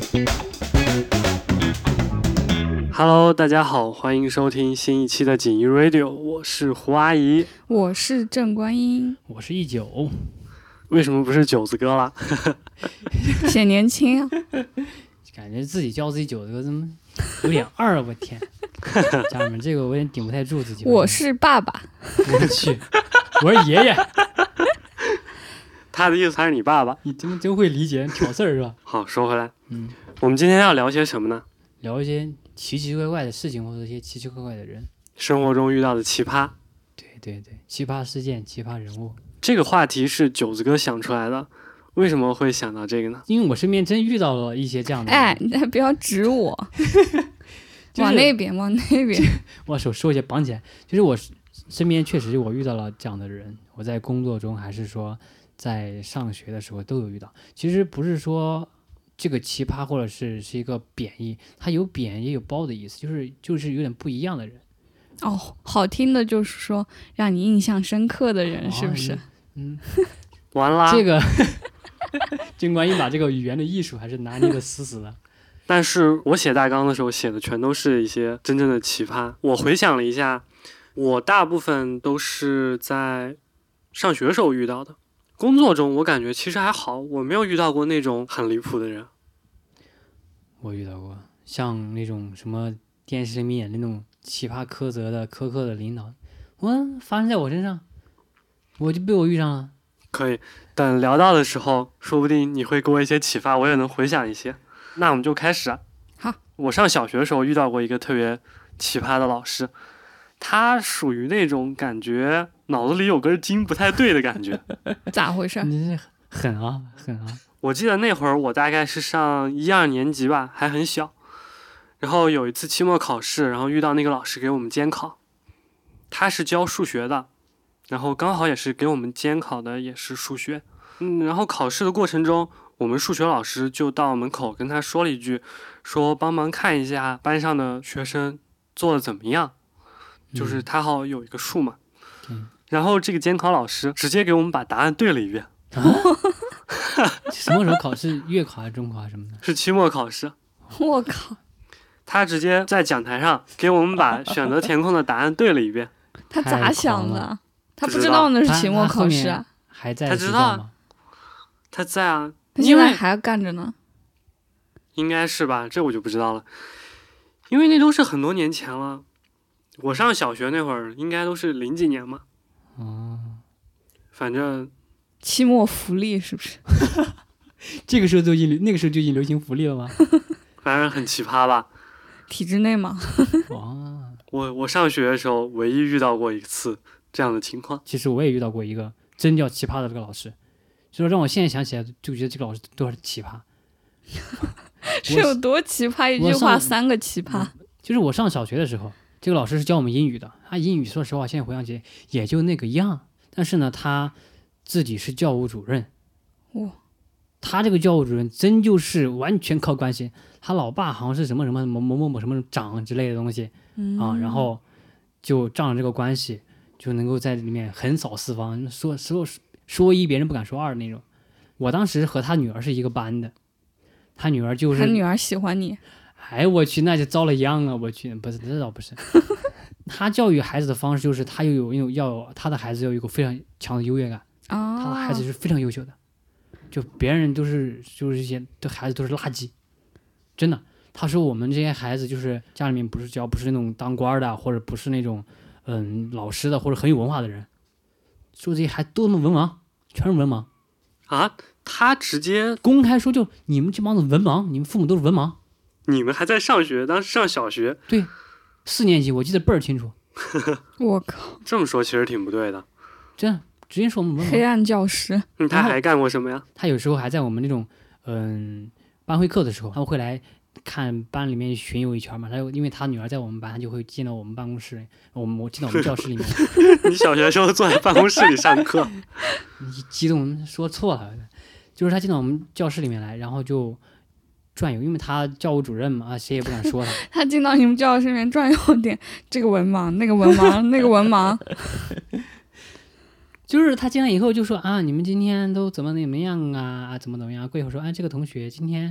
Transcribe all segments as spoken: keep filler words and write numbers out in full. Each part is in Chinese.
Hello， 大家好，欢迎收听新一期的锦衣 Radio， 我是胡阿姨， 我是郑观音， 我是一九。 为什么不是九子哥啦？ 显年轻啊！ 感觉自己叫自己九子哥，怎么有点二啊？我天，家人们，这个我有点顶不太住自己。 我是爸爸， 我去，我是爷爷。 他的意思他是你爸爸， 你真真会理解挑事儿是吧？ 好，说回来， 嗯， 我们今天要聊些什么呢？ 聊一些奇奇怪怪的事情，或者一些奇奇怪怪的人， 生活中遇到的奇葩。 对对对，奇葩事件、奇葩人物。 这个话题是九子哥想出来的，为什么会想到这个呢？ 因为我身边真遇到了一些这样的人。 哎，你还不要指我，就是、往那边，往那边。 我手收一下，绑起来。就是我身边确实我遇到了这样的人，我在工作中还是说在上学的时候都有遇到。其实不是说这个奇葩或者是是一个贬义，它有贬也有褒的意思，就是就是有点不一样的人。 哦，好听的就是说让你印象深刻的人，是不是？ 哦、嗯， 完啦， 这个郑观音把这个语言的艺术还是拿捏的死死的。 但是我写大纲的时候写的全都是一些真正的奇葩。我回想了一下，我大部分都是在上学时候遇到的。工作中我感觉其实还好，我没有遇到过那种很离谱的人。 我遇到过，像那种什么电视里面演那种奇葩苛责的苛刻的领导，我发生在我身上，我就被我遇上了。 可以，等聊到的时候，说不定你会给我一些启发，我也能回想一些。那我们就开始啊。 好， 我上小学的时候遇到过一个特别奇葩的老师，他属于那种感觉脑子里有根筋不太对的感觉。 咋回事？ 你这狠啊狠啊！ 我记得那会儿我大概是上一二年级吧，还很小。然后有一次期末考试，然后遇到那个老师给我们监考，他是教数学的，然后刚好也是给我们监考的也是数学。嗯，然后考试的过程中，我们数学老师就到门口跟他说了一句，说帮忙看一下班上的学生做的怎么样，就是他好有一个数嘛。 嗯、 然后这个监考老师直接给我们把答案对了一遍。 啊、什么时候考试？月考还是中考还是什么的？ 是期末考试。 我靠！ 他直接在讲台上给我们把选择填空的答案对了一遍。 他咋想的？他不知道那是期末考试啊？ 还在？ 他知道，他在啊。 他现在还干着呢。 应该是吧，这我就不知道了，因为那都是很多年前了。我上小学那会儿，应该都是零几年嘛。 哦， 反正期末福利是不是？ 这个时候就已经那个时候就已经流行福利了吗？ 反正很奇葩吧。 体制内嘛。 哇！ 我我上学的时候唯一遇到过一次这样的情况。 其实我也遇到过一个真叫奇葩的这个老师，所以让我现在想起来就觉得这个老师都是奇葩。 是有多奇葩？一句话三个奇葩。 就是我上小学的时候，这个老师是教我们英语的，他英语说实话现在回想起来也就那个样，但是呢他自己是教务主任。 哇！ 他这个教务主任真就是完全靠关系，他老爸好像是什么什么某某某某什么长之类的东西、 嗯、 啊，然后就仗着这个关系就能够在里面横扫四方，说说说一别人不敢说二那种。我当时和他女儿是一个班的，他女儿就是他女儿喜欢你， 哎我去那就遭了殃啊！我去，不是这倒不是，他教育孩子的方式就是他又有有要他的孩子要有一个非常强的优越感、 哦、 他的孩子是非常优秀的，就别人都是就是这些对孩子都是垃圾，真的。他说我们这些孩子就是家里面不是只要不是那种当官的，或者不是那种嗯老师的或者很有文化的人，说这些孩子都那么文盲，全是文盲啊！他直接公开说就你们这帮子文盲，你们父母都是文盲。 你们还在上学，当时上小学？ 对，四年级我记得倍儿清楚。 我靠， 这么说其实挺不对的。 真的直接说我们文盲。 黑暗教师。 嗯，他还干过什么呀？ 他有时候还在我们那种嗯班会课的时候，他会来看班里面巡游一圈嘛。他因为他女儿在我们班，他就会进到我们办公室，我们我进到我们教室里面。 你小学的时候坐在办公室里上课？ 你激动说错了，就是他进到我们教室里面来，然后就转悠，因为他教务主任嘛，谁也不敢说他。 他进到你们教室里面转悠点，这个文盲，那个文盲，那个文盲。 就是他进来以后就说啊，你们今天都怎么怎么样啊？怎么怎么样？过一会儿说，哎，这个同学今天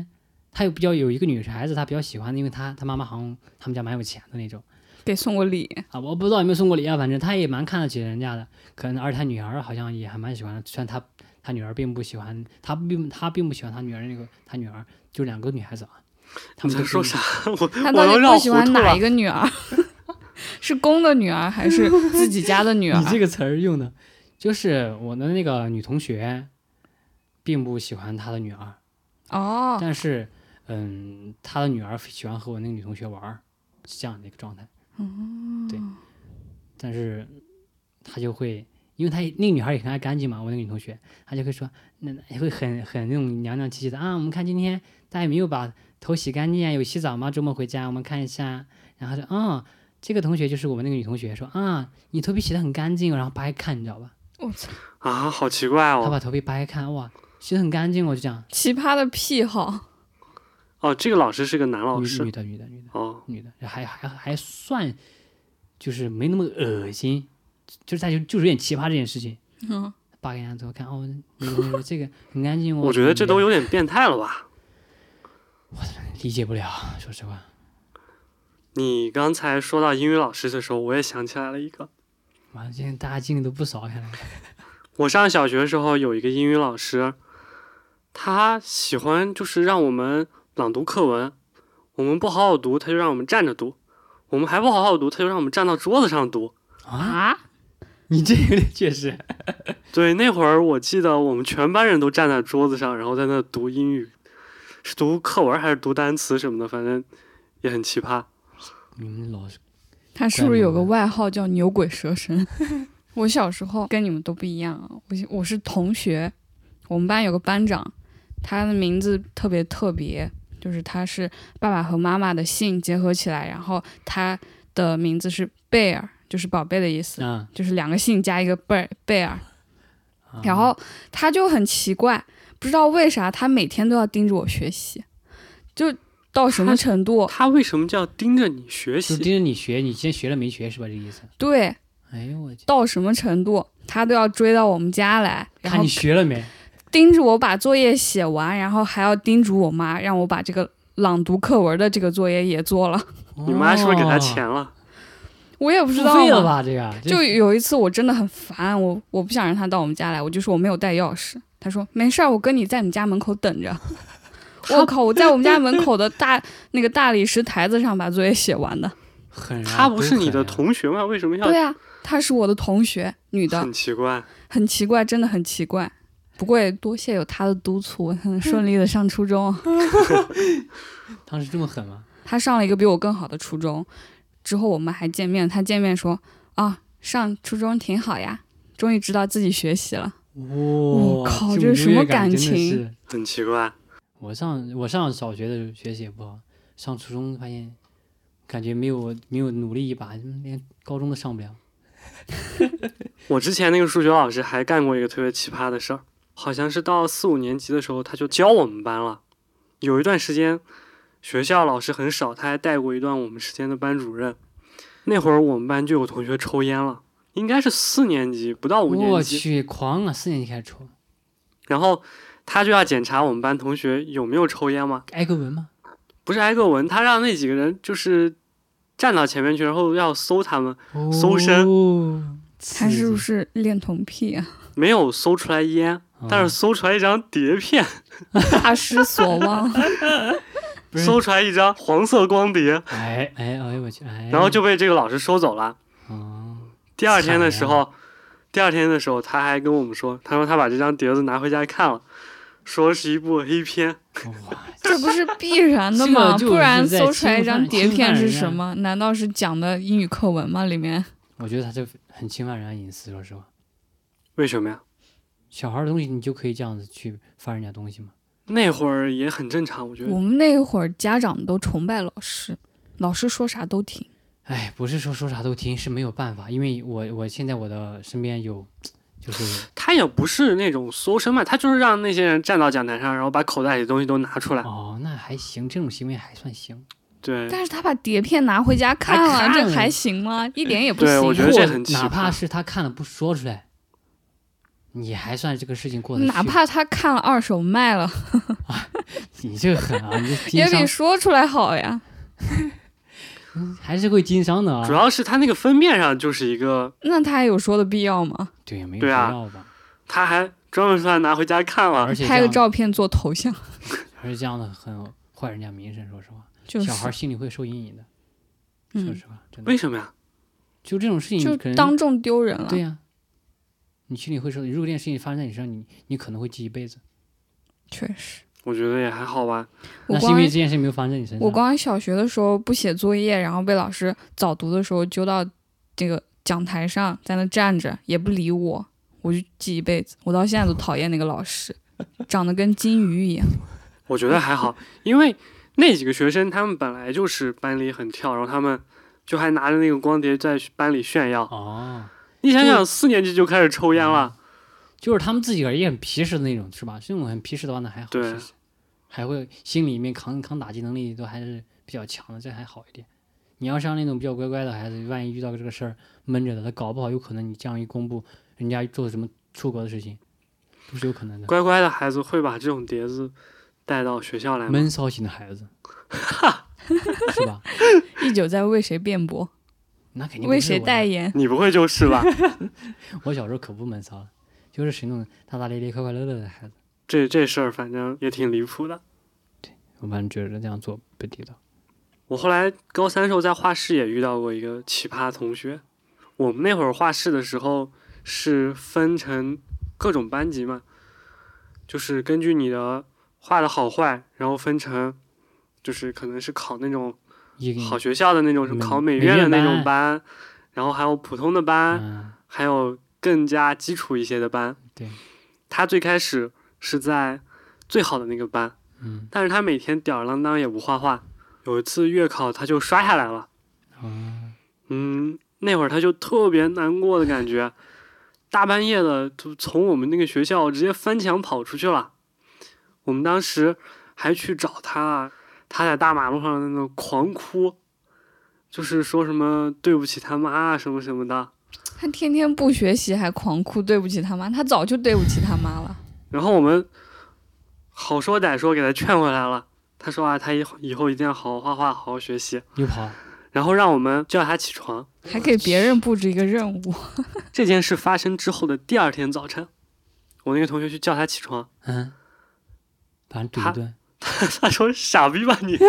他有比较有一个女孩子，他比较喜欢的，因为他他妈妈好像他们家蛮有钱的那种给送过礼啊，我不知道有没有送过礼啊，反正他也蛮看得起人家的，可能而且他女儿好像也还蛮喜欢的，虽然他他女儿并不喜欢，他并他并不喜欢他女儿那个他女儿就两个女孩子啊，他们你在说啥？我他到底我都绕不喜欢哪糊涂了一个女儿？是公的女儿还是自己家的女儿？ 你这个词儿用的，就是我的那个女同学，并不喜欢她的女儿， 哦， 但是嗯，她的女儿喜欢和我那个女同学玩儿，是这样的一个状态。 嗯， 对，但是她就会，因为她那个女孩也很爱干净嘛，我那个女同学，她就会说，那也会很很那种娘娘气气的啊。我们看今天大家有没有把头洗干净啊？有洗澡吗？周末回家我们看一下。然后说，啊、嗯，这个同学就是我们那个女同学，说啊，你头皮洗得很干净，然后扒开看，你知道吧？ 我操， 啊，好奇怪哦。 她把头皮扒开看，哇，洗得很干净，我就这样。 奇葩的癖好。 哦，这个老师是个男老女师女的女的女的哦， 女的，还还还算就是没那么恶心，就是他就就是有点奇葩这件事情。 嗯， 扒开人家之后看，哦，那个那个这个很干净哦。 我觉得这都有点变态了吧？ 理解不了，说实话。 你刚才说到英语老师的时候，我也想起来了一个。 完了，今天大家经历都不少，看来。 我上小学的时候有一个英语老师，他喜欢就是让我们朗读课文，我们不好好读，他就让我们站着读；我们还不好好读，他就让我们站到桌子上读。 啊？ 你这有点确实。 对，那会儿我记得我们全班人都站在桌子上，然后在那读英语，是读课文还是读单词什么的，反正也很奇葩。 你们老师， 他是不是有个外号叫牛鬼蛇神？我小时候跟你们都不一样啊，我我是同学，我们班有个班长，他的名字特别特别，就是他是爸爸和妈妈的姓结合起来，然后他的名字是贝尔，就是宝贝的意思， 啊、 就是两个姓加一个贝尔贝尔。 啊然后他就很奇怪，不知道为啥他每天都要盯着我学习，就到什么程度？ 他为什么叫盯着你学就习？ 盯着你学，你今天学了没学是吧？这个意思。 对， 哎呦我去， 到什么程度他都要追到我们家来，然后看你学了没？ 盯着我把作业写完，然后还要叮嘱我妈让我把这个朗读课文的这个作业也做了。 你妈是不是给他哦钱了？ 我也不知道嘛， 付费了吧？这个这就有一次我真的很烦，我我不想让他到我们家来，我就说我没有带钥匙。他说没事儿，我跟你在你家门口等着。我靠！我在我们家门口的大那个大理石台子上把作业写完的。 狠啊， 他不是你的都狠啊同学吗？为什么要？ 对啊，她是我的同学，女的， 很奇怪。 很奇怪，真的很奇怪。不过也多谢有她的督促，我很顺利的上初中。 当时这么狠吗？ 她上了一个比我更好的初中，之后我们还见面，她见面说啊，上初中挺好呀，终于知道自己学习了。 哇、 我靠这这是什么优越感感真的情是很奇怪。 我上我上小学的时候学习也不好，上初中发现感觉没有没有努力一把，连高中都上不了。 我之前那个数学老师还干过一个特别奇葩的事儿，好像是到四五年级的时候他就教我们班了。有一段时间学校老师很少，他还带过一段我们时间的班主任。那会儿我们班就有同学抽烟了，应该是四年级不到五年级。 我去，狂啊！四年级开始抽， 然后他就要检查我们班同学有没有抽烟嘛， 挨个闻吗？ 不是挨个闻，他让那几个人就是站到前面去，然后要搜他们，搜身哦， 她是不刺是恋童癖啊？ 没有搜出来烟， 激但是搜出来一张碟片， 大失所望。 不是搜出来一张黄色光碟， 哎哎哎呦我去！哎， 然后就被这个老师收走了。 哦， 第二天的时惨候，第二天的时候他还跟我们说，他说他把这张碟子拿回家看了，说是一部 A 片。 哇， 这不是必然的吗？ 这就是不然在搜出来一张碟片是什侵犯么？难道是讲的英语课文吗？里面我觉得他这很侵犯人家隐私，说实话。 为什么呀？ 小孩的东西你就可以这样子去翻人家东西吗？ 那会儿也很正常，我觉得。 我们那会儿家长都崇拜老师，老师说啥都听。 哎，不是说说啥都听，是没有办法，因为我我现在我的身边有，就是他也不是那种搜身嘛，他就是让那些人站到讲台上，然后把口袋里的东西都拿出来。 哦，那还行，这种行为还算行。 对， 但是他把碟片拿回家看了， 还看了这还行吗？一点也不行。 对我觉得这很奇葩哪怕是他看了不说出来，也还算这个事情过得去。 哪怕他看了二手卖了， 你这个狠啊！你这经也比商说出来好呀。 还是会经商的啊。 主要是他那个封面上就是一个， 那他还有说的必要吗？ 对，没有必对啊要吧？ 他还专门说他拿回家看了而。且拍个这样照片做头像， 而且这样的很坏人家名声，说实话， 就是小孩心里会受阴影的。说嗯， 实话，真的， 为什么呀？ 就这种事情就可能当众丢人了。 对呀、你心里会受。如果这件事情发生在你身上，你你可能会记一辈子。 确实， 我觉得也还好吧。 那是因我光为这件事没有发生在你身上。 我光小学的时候不写作业，然后被老师早读的时候揪到这个讲台上，在那站着也不理我，我就记一辈子。我到现在都讨厌那个老师，长得跟金鱼一样。 我觉得还好，因为那几个学生他们本来就是班里很跳，然后他们就还拿着那个光碟在班里炫耀。 哦， 你想想，四年级就开始抽烟了， 就是他们自己个儿也很皮实的那种，是吧？这种很皮实的话，那还好， 对其实还会心里面抗抗打击能力都还是比较强的，这还好一点。你要像那种比较乖乖的孩子，万一遇到这个事儿闷着的，他搞不好有可能你这样一公布，人家做什么出国的事情，都是有可能的。 乖乖的孩子会把这种碟子带到学校来吗？ 闷骚型的孩子，是吧？ 一九在为谁辩驳？ 那肯定不为谁是我代言？ 你不会就是吧？ 我小时候可不闷骚了，就是属于那种大大咧咧、快快乐乐的孩子。 这这事儿反正也挺离谱的。 我反正觉得这样做不地道。 我后来高三时候在画室也遇到过一个奇葩同学。我们那会儿画室的时候是分成各种班级嘛，就是根据你的画的好坏，然后分成，就是可能是考那种一个好学校的那种，什么美考美美院院的那种班班，然后还有普通的班， 嗯， 还有更加基础一些的班。 对， 他最开始是在最好的那个班， 嗯， 但是他每天吊儿郎当也不画画。有一次月考他就刷下来了， 哦， 嗯，那会儿他就特别难过的感觉，大半夜的就从我们那个学校直接翻墙跑出去了。我们当时还去找他，他在大马路上那种狂哭，就是说什么对不起他妈啊什么什么的。 他天天不学习还狂哭，对不起他妈，他早就对不起他妈了。 然后我们好说歹说给他劝回来了。他说啊，他以后以后一定要好好画画，好好学习。 又跑， 然后让我们叫他起床。 还给别人布置一个任务。 这件事发生之后的第二天早晨，我那个同学去叫他起床， 嗯，把人怼一顿。 他说：“傻逼吧你！”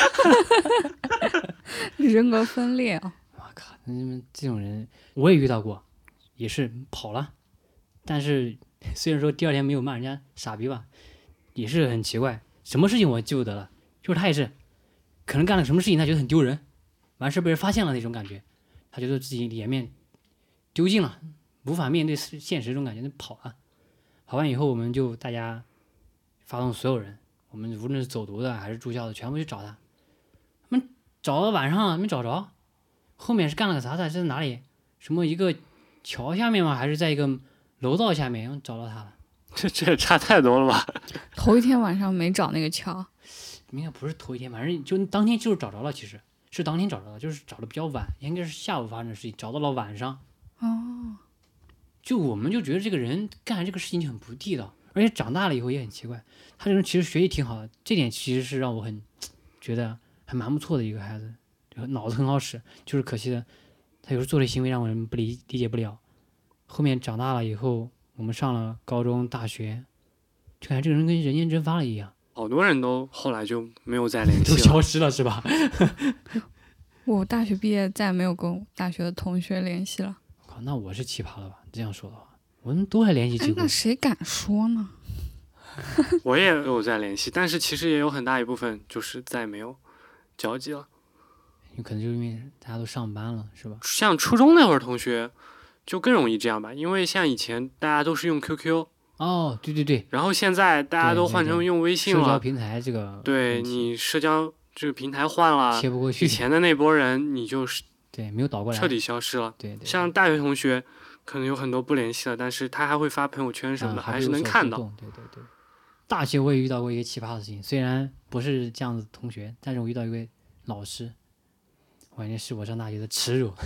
人格分裂啊！ 我靠，那你们这种人我也遇到过，也是跑了，但是虽然说第二天没有骂人家傻逼吧，也是很奇怪。什么事情我记不得了，就是他也是可能干了什么事情，他觉得很丢人，完事被人发现了那种感觉，他觉得自己脸面丢尽了，无法面对现实这种感觉，就跑了。跑完以后，我们就大家发动所有人，我们无论是走读的还是住校的，全部去找他。他们找到晚上没找着，后面是干了个啥？他是在哪里？什么一个桥下面吗？还是在一个楼道下面？找到他了。 这这也差太多了吧？ 头一天晚上没找那个桥， 应该不是头一天，反正就当天就是找着了，其实是当天找着的，就是找的比较晚，应该是下午发生的事情，找到了晚上。 哦， 就我们就觉得这个人干这个事情就很不地道，而且长大了以后也很奇怪。他这个人其实学习挺好的，这点其实是让我很觉得还蛮不错的一个孩子，就脑子很好使，就是可惜的他有时候做的行为让我们不理理解不了。后面长大了以后，我们上了高中、大学，就感觉这个人跟人间蒸发了一样， 好多人都后来就没有再联都系了。 消失了，是吧？ 我大学毕业再也没有跟我大学的同学联系了。 靠，那我是奇葩了吧？这样说的话，我们都还联系几，乎哎那。谁敢说呢？ 我也有在联系，但是其实也有很大一部分就是再没有交集了。 有可能就是因为大家都上班了，是吧？ 像初中那会儿同学，就更容易这样吧，因为像以前大家都是用 Q Q， 哦，对对对， 然后现在大家都换成用微信了。 社交平台这个对问题你社交这个平台换了， 切不过去以，前的那波人你就是对，没有倒过来， 彻底消失了。 对对， 像大学同学，可能有很多不联系了，但是他还会发朋友圈什么的， 嗯还还是会有所能看到。 互动对对对。大学我也遇到过一个奇葩的事情，虽然不是这样子的同学，但是我遇到一位老师，我感觉是我上大学的耻辱。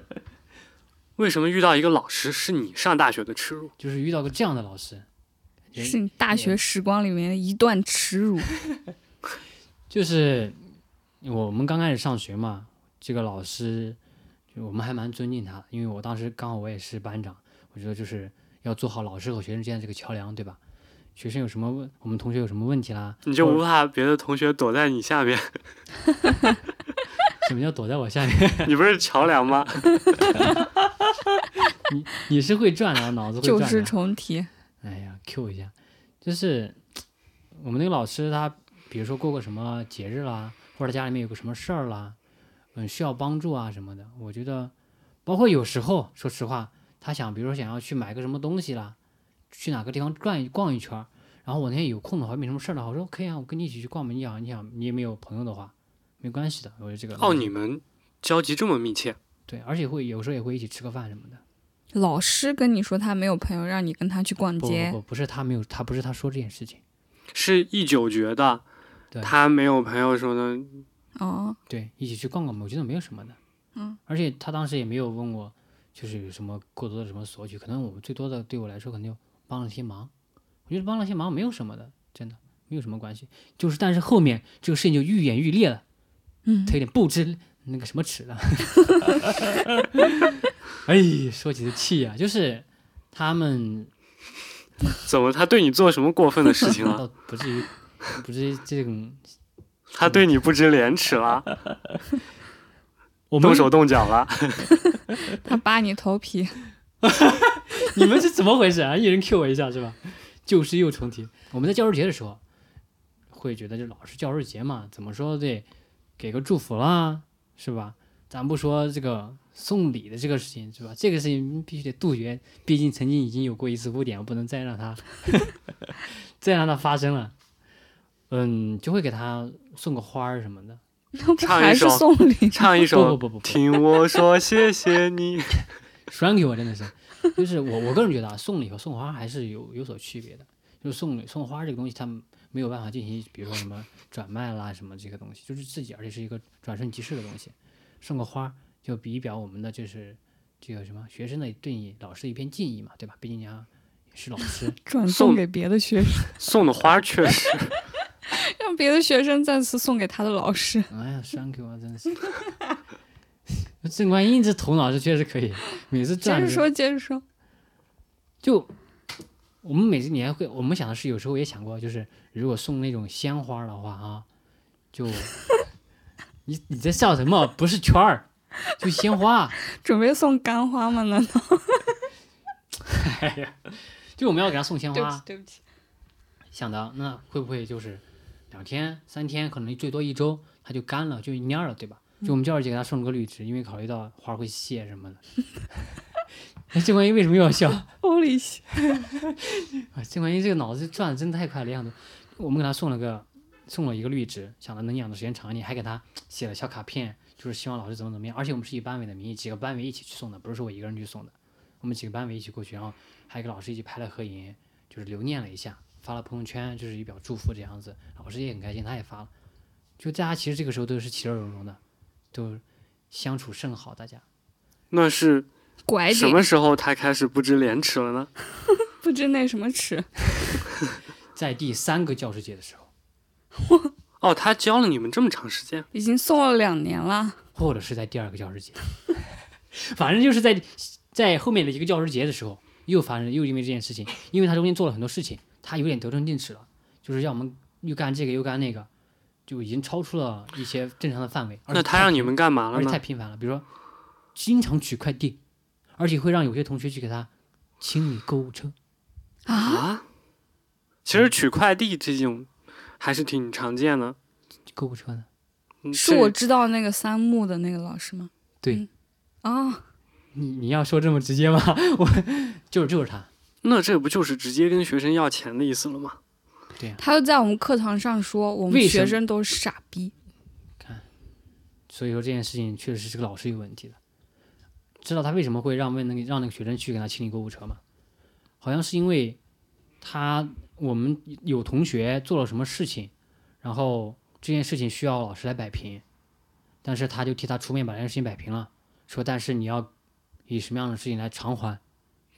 为什么遇到一个老师是你上大学的耻辱？ 就是遇到个这样的老师，就也是你大学时光里面的一段耻辱。 就是我们刚开始上学嘛，这个老师就我们还蛮尊敬他的，因为我当时刚好我也是班长，我觉得就是要做好老师和学生之间的这个桥梁，对吧？学生有什么问，我们同学有什么问题啦， 你就不怕别的同学躲在你下面？ 什么叫躲在我下面？ 你不是桥梁吗？ 你你是会转的，脑子会转的。 旧事重提。 哎呀 ，Q 一下，就是我们那个老师他，比如说过个什么节日啦，或者家里面有个什么事儿啦，嗯，需要帮助啊什么的，我觉得，包括有时候，说实话，他想，比如说想要去买个什么东西啦，去哪个地方转一逛一圈儿，然后我那天有空的话，没什么事儿的话，我说可以啊，我跟你一起去逛吧。你想，你想，你也没有朋友的话，没关系的。我觉得这个哦，你们交集这么密切？ 对，而且会有时候也会一起吃个饭什么的。 老师跟你说他没有朋友，让你跟他去逛不街。 不不，不是他没有，他不是他说这件事情， 是一九觉得对他没有朋友说的。 哦， 对，一起去逛逛吧，我觉得没有什么的。 嗯， 而且他当时也没有问我，就是有什么过多的什么索取，可能我们最多的对我来说，可能就帮了些忙。我觉得帮了些忙没有什么的，真的没有什么关系。就是但是后面这个事情就愈演愈烈了， 嗯， 他有点不知那个什么耻了。哎，说起这气呀、啊，就是他们怎么他对你做什么过分的事情了？ 倒不至于不至于这种， 他对你不知廉耻了？ 我们动手动脚了？ 他扒你头皮。 你们是怎么回事啊？一人 Q 我一下是吧？旧事又重提。我们在教师节的时候，会觉得这老师教师节嘛，怎么说得给个祝福啦，是吧？咱不说这个送礼的这个事情，是吧？这个事情必须得杜绝，毕竟曾经已经有过一次污点，不能再让它再让它发生了。嗯，就会给他送个花儿什么的。 不还是送礼？ 唱一首， 不不不不， 听我说谢谢你。 栓给我真的是，就是我我个人觉得啊，送礼和送花还是有有所区别的。就是送礼送花这个东西，它没有办法进行，比如说什么转卖啦什么这个东西，就是自己，而且是一个转瞬即逝的东西。送个花就比一表我们的就是这个什么学生的对你老师的一片敬意嘛，对吧？毕竟你要是老师， 转送给别的学生， 送的花确实让别的学生再次送给他的老师。 哎呀，栓给我真的是。郑观音这头脑是确实可以，每次转接着说，接着说。 就我们每次你还会，我们想的是有时候也想过，就是如果送那种鲜花的话啊，就你你在笑什么？不是圈儿，就鲜花。 准备送干花吗？难道？ 哎呀，就我们要给他送鲜对不起花，， 对不起。 想的那会不会就是两天、三天，可能最多一周，它就干了，就蔫了，对吧？就我们教师节给他送了个绿植，因为考虑到花会谢什么的。哎，郑观音为什么又要笑？ Holy shit！ 啊，郑观音这个脑子转的真太快了样子。我们给他送了个送了一个绿植，想着能养的时间长一点，还给他写了小卡片，就是希望老师怎么怎么样。而且我们是以班委的名义，几个班委一起去送的，不是说我一个人去送的。我们几个班委一起过去，然后还跟老师一起拍了合影，就是留念了一下，发了朋友圈，就是以表祝福这样子。老师也很开心，他也发了。就大家其实这个时候都是其乐融融的，都相处甚好，大家。 那是拐点， 什么时候他开始不知廉耻了呢？ 不知那什么耻。 在第三个教师节的时候， 哦，他教了你们这么长时间？ 已经送了两年了。 或者是在第二个教师节，反正就是在在后面的一个教师节的时候，又发生又因为这件事情，因为他中间做了很多事情，他有点得寸进尺了，就是让我们又干这个又干那个，就已经超出了一些正常的范围。 那他让你们干嘛了而且太呢？ 频繁了，比如说经常取快递，而且会让有些同学去给他清理购物车。 啊？ 啊？其实取快递这种还是挺常见的。 购物车呢？ 嗯是我知道那个三木的那个老师吗？ 对。 嗯、啊， 你你要说这么直接吗？我就是就是他。 那这不就是直接跟学生要钱的意思了吗？ 对呀、 他就在我们课堂上说，我们为什么学生都是傻逼。 所以说这件事情确实是这个老师有问题的。知道他为什么会让问那个让那个学生去给他清理购物车吗？好像是因为他我们有同学做了什么事情，然后这件事情需要老师来摆平，但是他就替他出面把这件事情摆平了，说但是你要以什么样的事情来偿还。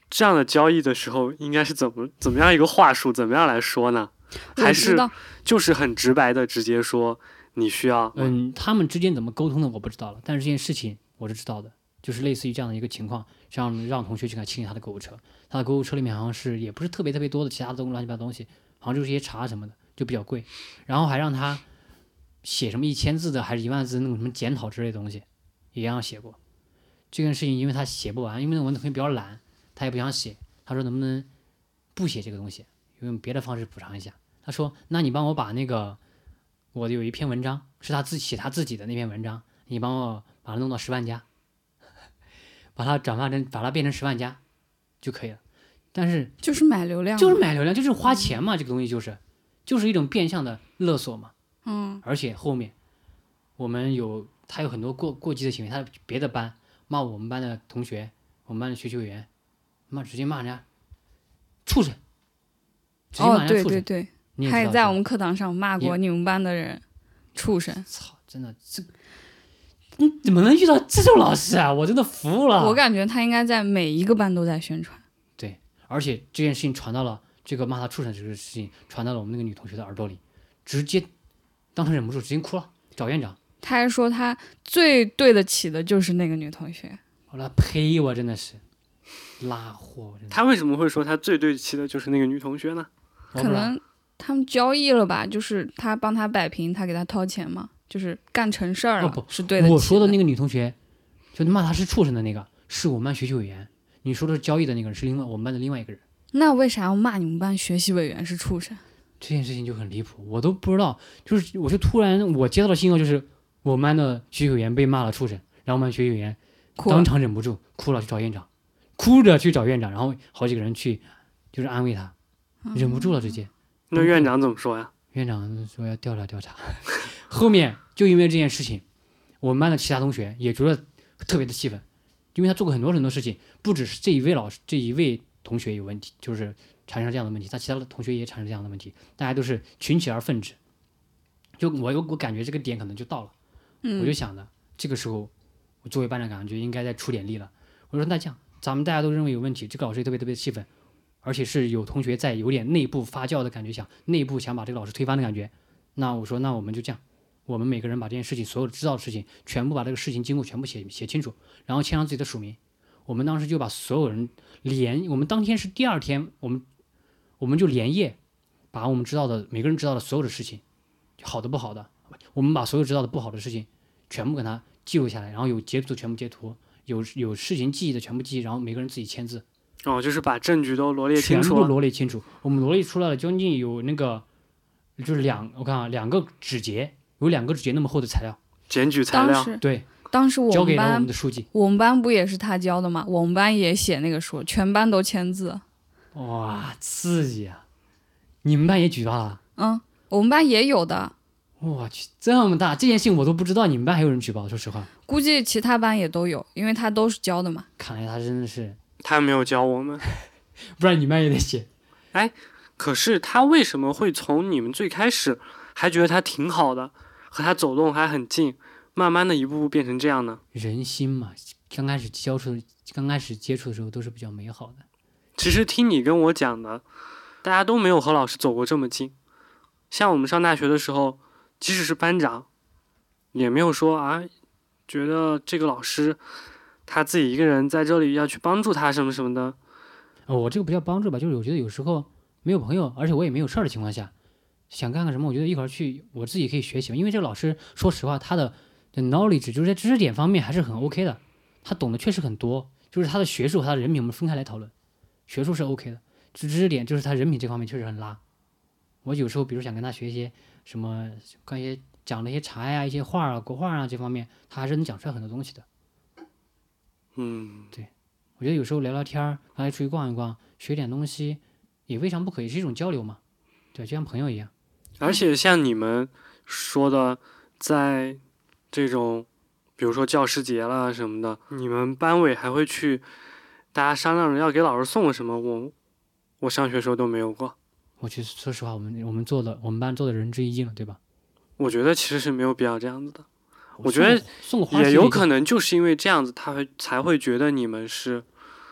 这样的交易的时候，应该是怎么怎么样一个话术，怎么样来说呢？还是就是很直白的直接说你需要？ 嗯，他们之间怎么沟通的我不知道了，但是这件事情我是知道的，就是类似于这样的一个情况，像让同学去看清理他的购物车，他的购物车里面好像是也不是特别特别多的其他的东乱七八糟东西，好像就是一些茶什么的，就比较贵，然后还让他写什么一千字的还是一万字那种什么检讨之类的东西，也让写过。这件事情因为他写不完，因为那个同学比较懒，他也不想写，他说能不能不写这个东西，用别的方式补偿一下。他说那你帮我把那个我有一篇文章是他自己写他自己的那篇文章，你帮我把它弄到十万加，把它转发成把它变成十万加就可以了。但是就是买流量， 就是买流量，就是花钱嘛，这个东西就是就是一种变相的勒索嘛。 嗯， 而且后面我们有他有很多过过激的行为，他别的班骂我们班的同学，我们班的学习委员，骂直接骂人家畜生，直接骂哦，对人家畜生。 对对， 你也知道他也在我们课堂上骂过也你们班的人畜生。 操，真的这你怎么能遇到这种老师啊？我真的服了。 我感觉他应该在每一个班都在宣传。 对，而且这件事情传到了这个骂他畜生这个事情传到了我们那个女同学的耳朵里，直接当时忍不住直接哭了，找院长。 他还说他最对得起的就是那个女同学。 我来呸！我真的是拉货。真的他为什么会说他最对得起的就是那个女同学呢？ 我不知道可能他们交易了吧，就是他帮他摆平，他给他掏钱嘛，就是干成事儿了， 哦不是对得起我说的那个女同学，就骂他是畜生的那个，是我们班学习委员。你说的是交易的那个人，是另外我们班的另外一个人。 那为啥要骂你们班学习委员是畜生？ 这件事情就很离谱，我都不知道，就是我就突然我接到的信号就是我们班的学习委员被骂了畜生，然后我们班学习委员哭当场忍不住哭了，去找院长，哭着去找院长，然后好几个人去就是安慰他，忍不住了直接。 那院长怎么说呀？ 院长说要调查调查。后面就因为这件事情，我们班的其他同学也觉得特别的气愤，因为他做过很多很多事情，不只是这一位老师这一位同学有问题，就是产生这样的问题，他其他的同学也产生这样的问题，大家都是群起而愤之。就我我感觉这个点可能就到了， 嗯， 我就想的这个时候，我作为班长感觉应该再出点力了。我说那这样，咱们大家都认为有问题，这个老师也特别特别气愤，而且是有同学在有点内部发酵的感觉，想内部想把这个老师推翻的感觉。那我说那我们就这样，我们每个人把这件事情所有知道的事情全部把这个事情经过全部写写清楚，然后签上自己的署名。我们当时就把所有人连，我们当天是第二天，我们我们就连夜把我们知道的每个人知道的所有的事情，好的不好的，我们把所有知道的不好的事情全部给它记录下来，然后有截图全部截图，有有事情记忆的全部记忆，然后每个人自己签字。 哦，就是把证据都罗列清全部楚了。 罗列清楚。我们罗列出来了将近有那个，就是两，我看啊，两个纸节，有两个纸节那么厚的材料。 检举材料。 当时对， 当时我交给了我们班们的书记。 我们班不也是他教的吗？我们班也写那个书，全班都签字。 哇，刺激啊！你们班也举报了？ 嗯，我们班也有的。 我去，这么大，这件事情我都不知道，你们班还有人举报？说实话， 估计其他班也都有，因为他都是教的嘛。 看来他真的是， 他没有教我们。 不然你们班也得写。 可是他为什么会从你们最开始还觉得他挺好的，和他走动还很近，慢慢的一步步变成这样呢？ 人心嘛，刚开始接触、刚开始接触的时候都是比较美好的。 其实听你跟我讲的，大家都没有和老师走过这么近。像我们上大学的时候，即使是班长，也没有说啊，觉得这个老师他自己一个人在这里要去帮助他什么什么的。 哦，我这个不叫帮助吧，就是我觉得有时候没有朋友，而且我也没有事儿的情况下，想干个什么，我觉得一会儿去我自己可以学习，因为这个老师说实话，他的的 knowledge 就是在知识点方面还是很 OK 的，他懂得确实很多，就是他的学术和他的人品我们分开来讨论，学术是 OK 的，知识点就是他人品这方面确实很拉。我有时候比如想跟他学一些什么关于讲那些茶呀、一些画啊、国画啊这方面，他还是能讲出来很多东西的。 嗯， 我觉得有时候聊聊天儿，大家出去逛一逛，学点东西，也未尝不可以，是一种交流嘛，对，就像朋友一样。 而且像你们说的，在这种比如说教师节啦什么的，你们班委还会去大家商量着要给老师送什么，我我上学时候都没有过。 我其实说实话，我们我们做的我们班做的仁至义尽了，对吧？ 我觉得其实是没有必要这样子的。我觉得送个花也有可能就是因为这样子，他会才会觉得你们是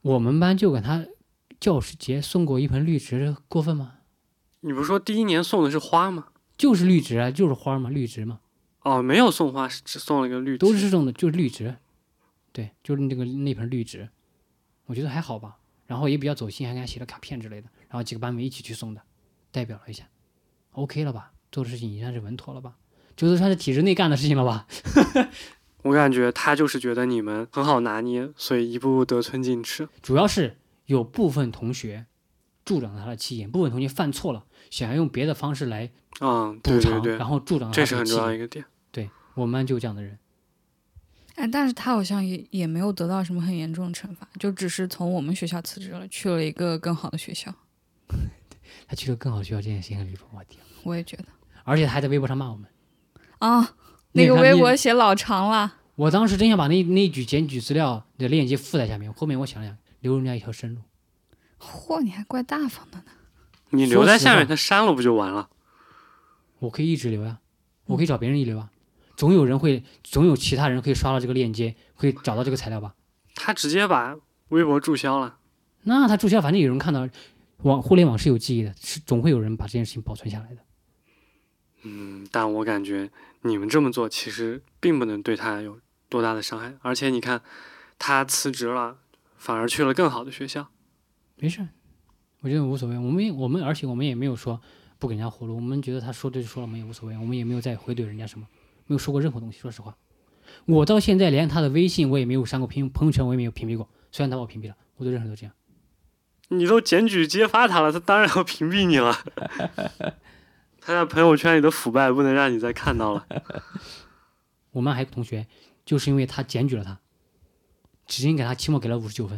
我们班就给他教师节送过一盆绿植，过分吗？ 你不是说第一年送的是花吗？ 就是绿植啊，就是花嘛，绿植嘛。 哦，没有送花，只送了个绿植。 都是送的，就是绿植。对，就是那个那盆绿植，我觉得还好吧。然后也比较走心，还给他写了卡片之类的，然后几个班委一起去送的，代表了一下 ，OK 了吧？做的事情已经算是稳妥了吧？就是算是体制内干的事情了吧？ 我感觉他就是觉得你们很好拿捏，所以一步步得寸进尺。 主要是有部分同学助长了他的气焰，部分同学犯错了，想要用别的方式来嗯， 补偿， 对对对， 然后助长了他的气焰。 这是很重要一个点。 对，我们班就有这样的人。 哎，但是他好像也也没有得到什么很严重的惩罚，就只是从我们学校辞职了，去了一个更好的学校。 他去了更好的学校，这件事情很离谱，我天！ 我也觉得。 而且他还在微博上骂我们啊，那个微博写老长了。 我当时真想把那那句检举资料的链接附在下面，后面我想想，留人家一条生路。 嚯，你还怪大方的呢。 你留在下面，他删了不就完了？ 我可以一直留呀，我可以找别人一留啊。总有人会，总有其他人可以刷到这个链接，可以找到这个材料吧？ 他直接把微博注销了。 那他注销，反正有人看到，网互联网是有记忆的，是总会有人把这件事情保存下来的。 嗯，但我感觉你们这么做其实并不能对他有多大的伤害，而且你看，他辞职了，反而去了更好的学校。 没事，我觉得无所谓。我们我们而且我们也没有说不给人家活路，我们觉得他说对就说了，我们也无所谓，我们也没有再回怼人家什么。没有说过任何东西，说实话，我到现在连他的微信我也没有删过，屏朋友圈我也没有屏蔽过。虽然他把我屏蔽了，我对任何人都这样。 你都检举揭发他了，他当然要屏蔽你了。他在朋友圈里的腐败不能让你再看到了。 我们还有个同学，就是因为他检举了他，只因给他期末给了五十九分。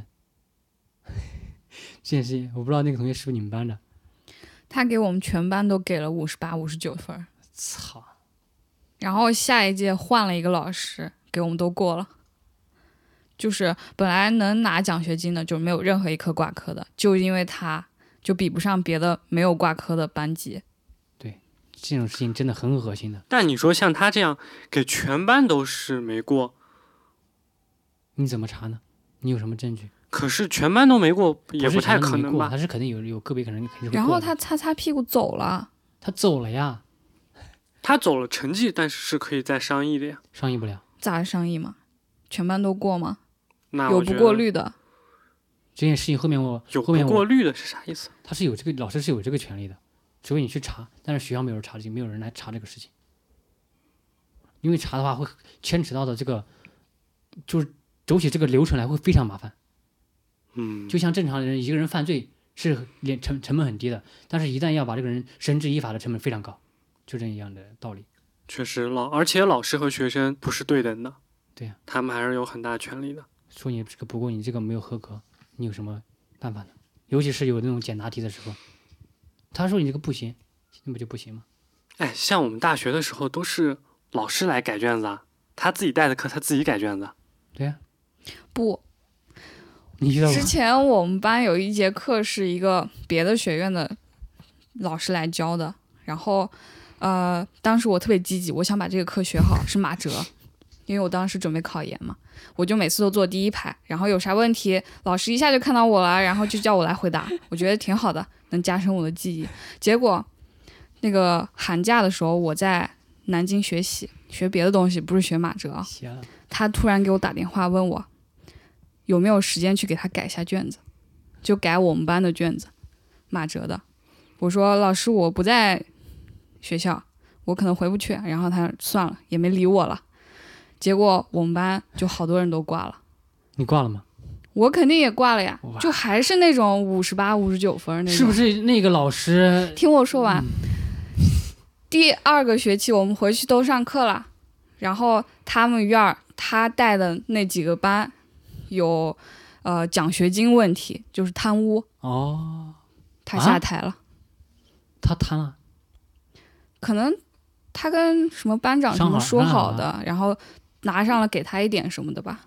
这件事情我不知道那个同学是不是你们班的。 他给我们全班都给了五十八、五十九分。 操！ 然后下一届换了一个老师，给我们都过了。就是本来能拿奖学金的，就没有任何一科挂科的，就因为他就比不上别的没有挂科的班级。 对，这种事情真的很恶心的。 但你说像他这样给全班都是没过， 你怎么查呢？你有什么证据？ 可是全班都没过也不太可能吧？ 他是肯定有有个别可能肯定会过的。 然后他擦擦屁股走了。 他走了呀。 他走了成绩，但是是可以再商议的呀。 商议不了。 咋商议嘛？全班都过吗？ 那有不过滤的。 这件事情后面我有后面不过滤的是啥意思？ 他是有这个老师是有这个权利的，除非你去查，但是学校没有人查这个，没有人来查这个事情。因为查的话会牵扯到的这个，就是走起这个流程来会非常麻烦。 嗯， 就像正常人一个人犯罪是连成成本很低的，但是一旦要把这个人绳之以法的成本非常高。就这样的道理， 确实老，而且老师和学生不是对等的， 对呀、啊， 他们还是有很大权利的。 说你这个不过你这个没有合格，你有什么办法呢？尤其是有那种简答题的时候，他说你这个不行，那不就不行吗？ 哎，像我们大学的时候都是老师来改卷子啊，他自己带的课他自己改卷子。 对呀、 啊，不， 你知道吗？ 之前我们班有一节课是一个别的学院的老师来教的，然后。呃，当时我特别积极，我想把这个课学好，是马哲，因为我当时准备考研嘛，我就每次都坐第一排，然后有啥问题，老师一下就看到我了，然后就叫我来回答，我觉得挺好的，能加深我的记忆。结果那个寒假的时候，我在南京学习，学别的东西，不是学马哲，他突然给我打电话问我有没有时间去给他改一下卷子，就改我们班的卷子，马哲的。我说老师，我不在学校，我可能回不去，然后他算了，也没理我了。结果我们班就好多人都挂了。 你挂了吗？ 我肯定也挂了呀，就还是那种五十八、五十九分那种。 是不是那个老师？ 听我说完，嗯、第二个学期我们回去都上课了，然后他们院儿他带的那几个班有呃奖学金问题，就是贪污。 哦， 他下台了。 啊、他贪了。 可能他跟什么班长什么说好的，然后拿上了给他一点什么的吧。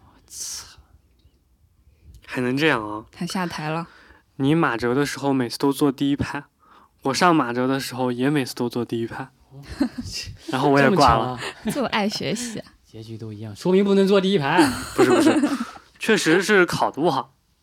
还能这样啊？ 他下台了。 你马哲的时候每次都坐第一排，我上马哲的时候也每次都坐第一排，然后我也挂了。 这么爱学习、啊， 结局都一样，说明不能坐第一排。 不是不是，确实是考得不好。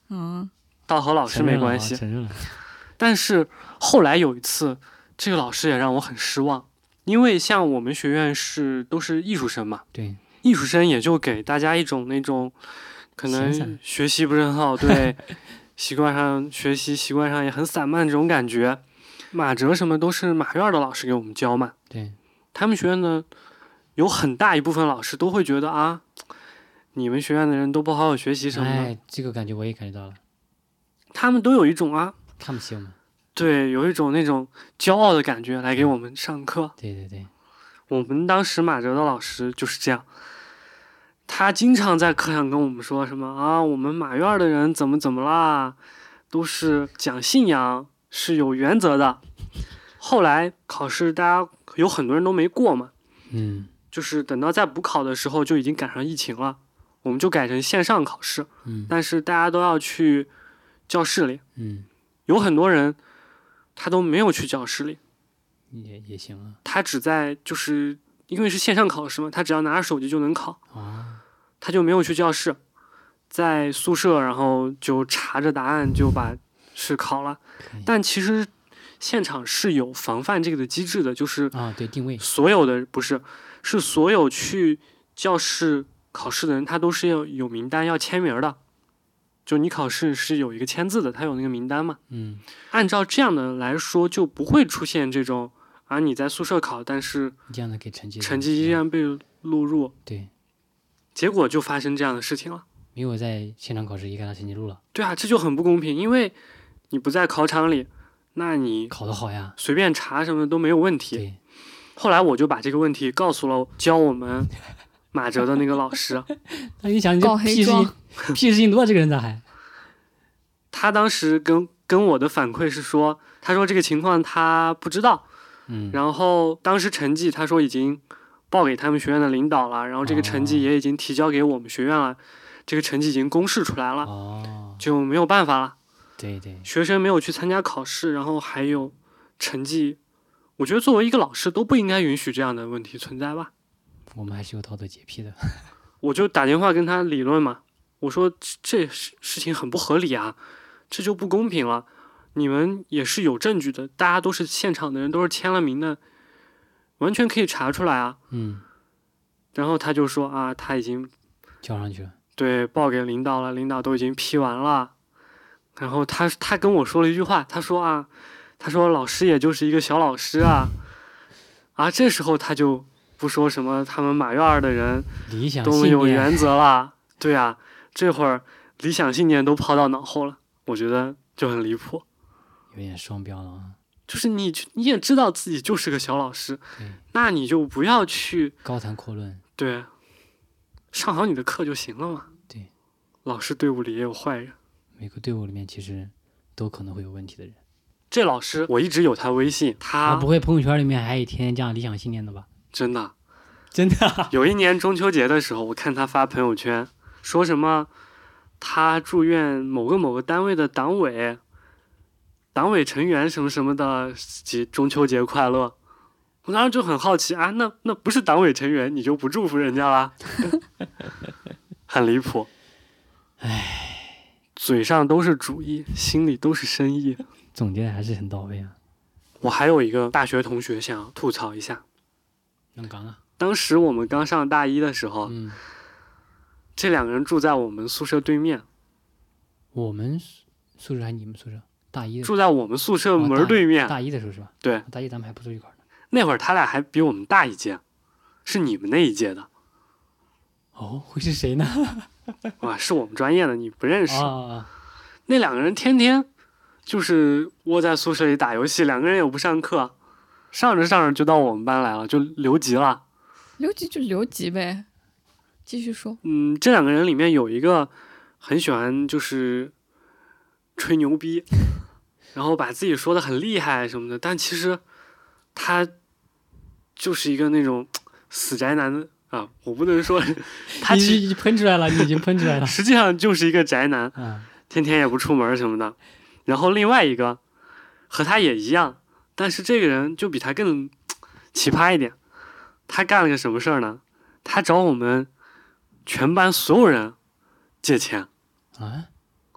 嗯， 倒和老师没关系。 承认了， 但是后来有一次，这个老师也让我很失望，因为像我们学院是都是艺术生嘛， 对， 艺术生也就给大家一种那种可闲散能学习不是很好，对，习惯上学习习惯上也很散漫这种感觉。马哲什么都是马院的老师给我们教嘛， 对， 他们学院呢有很大一部分老师都会觉得啊，你们学院的人都不好好学习什么的， 哎，这个感觉我也感觉到了， 他们都有一种啊， 看不起我们。 对，有一种那种骄傲的感觉来给我们上课。 对对对， 我们当时马哲的老师就是这样，他经常在课上跟我们说什么啊，我们马院的人怎么怎么啦，都是讲信仰，是有原则的。后来考试大家有很多人都没过嘛， 嗯就是等到在补考的时候就已经赶上疫情了，我们就改成线上考试， 嗯但是大家都要去教室里， 嗯， 有很多人他都没有去教室里， 也也行啊。 他只在就是因为是线上考试嘛，他只要拿着手机就能考， 啊， 他就没有去教室，在宿舍然后就查着答案就把试考了。 可以但其实现场是有防范这个的机制的，就是啊，对，定位， 所有的不是是所有去教室考试的人，他都是要有名单要签名的，就你考试是有一个签字的，他有那个名单嘛。 嗯， 按照这样的来说，就不会出现这种啊你在宿舍考，但是这样的给成绩， 成绩依然被录入， 对， 结果就发生这样的事情了。 没有在现场考试一看他成绩录了， 对啊，这就很不公平，因为你不在考场里，那你考得好呀。 随便查什么都没有问题。 对， 后来我就把这个问题告诉了教我们马哲的那个老师， 那你想，你这搞黑屁事情，屁事情多，这个人咋还？ 他当时跟跟我的反馈是说，他说这个情况他不知道， 嗯， 然后当时成绩他说已经报给他们学院的领导了，然后这个成绩哦也已经提交给我们学院了，这个成绩已经公示出来了， 哦， 就没有办法了。 对对， 学生没有去参加考试，然后还有成绩，我觉得作为一个老师都不应该允许这样的问题存在吧。 我们还是有道德洁癖的。 我就打电话跟他理论嘛，我说这这事事情很不合理啊，这就不公平了。你们也是有证据的，大家都是现场的人，都是签了名的，完全可以查出来啊。 嗯， 然后他就说啊，他已经交上去了。 对报给领导了，领导都已经批完了。然后他他跟我说了一句话，他说啊，他说老师也就是一个小老师啊，啊，这时候他就不说什么他们马院的人理想多么信念， 有原则啦，对啊，这会儿理想信念都抛到脑后了，我觉得就很离谱。 有点双标了啊。 就是你你也知道自己就是个小老师对， 那你就不要去高谈阔论。 对上好你的课就行了嘛。 对， 老师队伍里也有坏人。 每个队伍里面其实都可能会有问题的人。 这老师我一直有他微信，他他不会朋友圈里面还有天天这样理想信念的吧？ 真的真的啊？ 有一年中秋节的时候，我看他发朋友圈，说什么他祝愿某个某个单位的党委、党委成员什么什么的节中秋节快乐。我当时就很好奇啊，那那不是党委成员，你就不祝福人家啦？很离谱。唉，嘴上都是主义，心里都是深意。 总结的还是很到位啊。 我还有一个大学同学想要吐槽一下， 能讲啊？ 当时我们刚上大一的时候， 嗯， 这两个人住在我们宿舍对面， 我们宿舍还是你们宿舍？大一的时住在我们宿舍哦门对面。 候大一的时候是吧？ 对， 大一咱们还不住一块儿呢。 那会儿他俩还比我们大一届，是你们那一届的。 哦，会是谁呢？ 哇，是我们专业的，你不认识。 啊啊啊！ 那两个人天天就是窝在宿舍里打游戏，两个人也不上课，上着上着就到我们班来了，就留级了。 留级就留级呗，继续说。 嗯，这两个人里面有一个很喜欢就是吹牛逼，然后把自己说的很厉害什么的，但其实他就是一个那种死宅男的啊，我不能说他你其已经喷出来了，你已经喷出来了。 实际上就是一个宅男， 啊， 天天也不出门什么的。然后另外一个和他也一样，但是这个人就比他更奇葩一点。他干了个什么事儿呢？他找我们全班所有人借钱。 啊，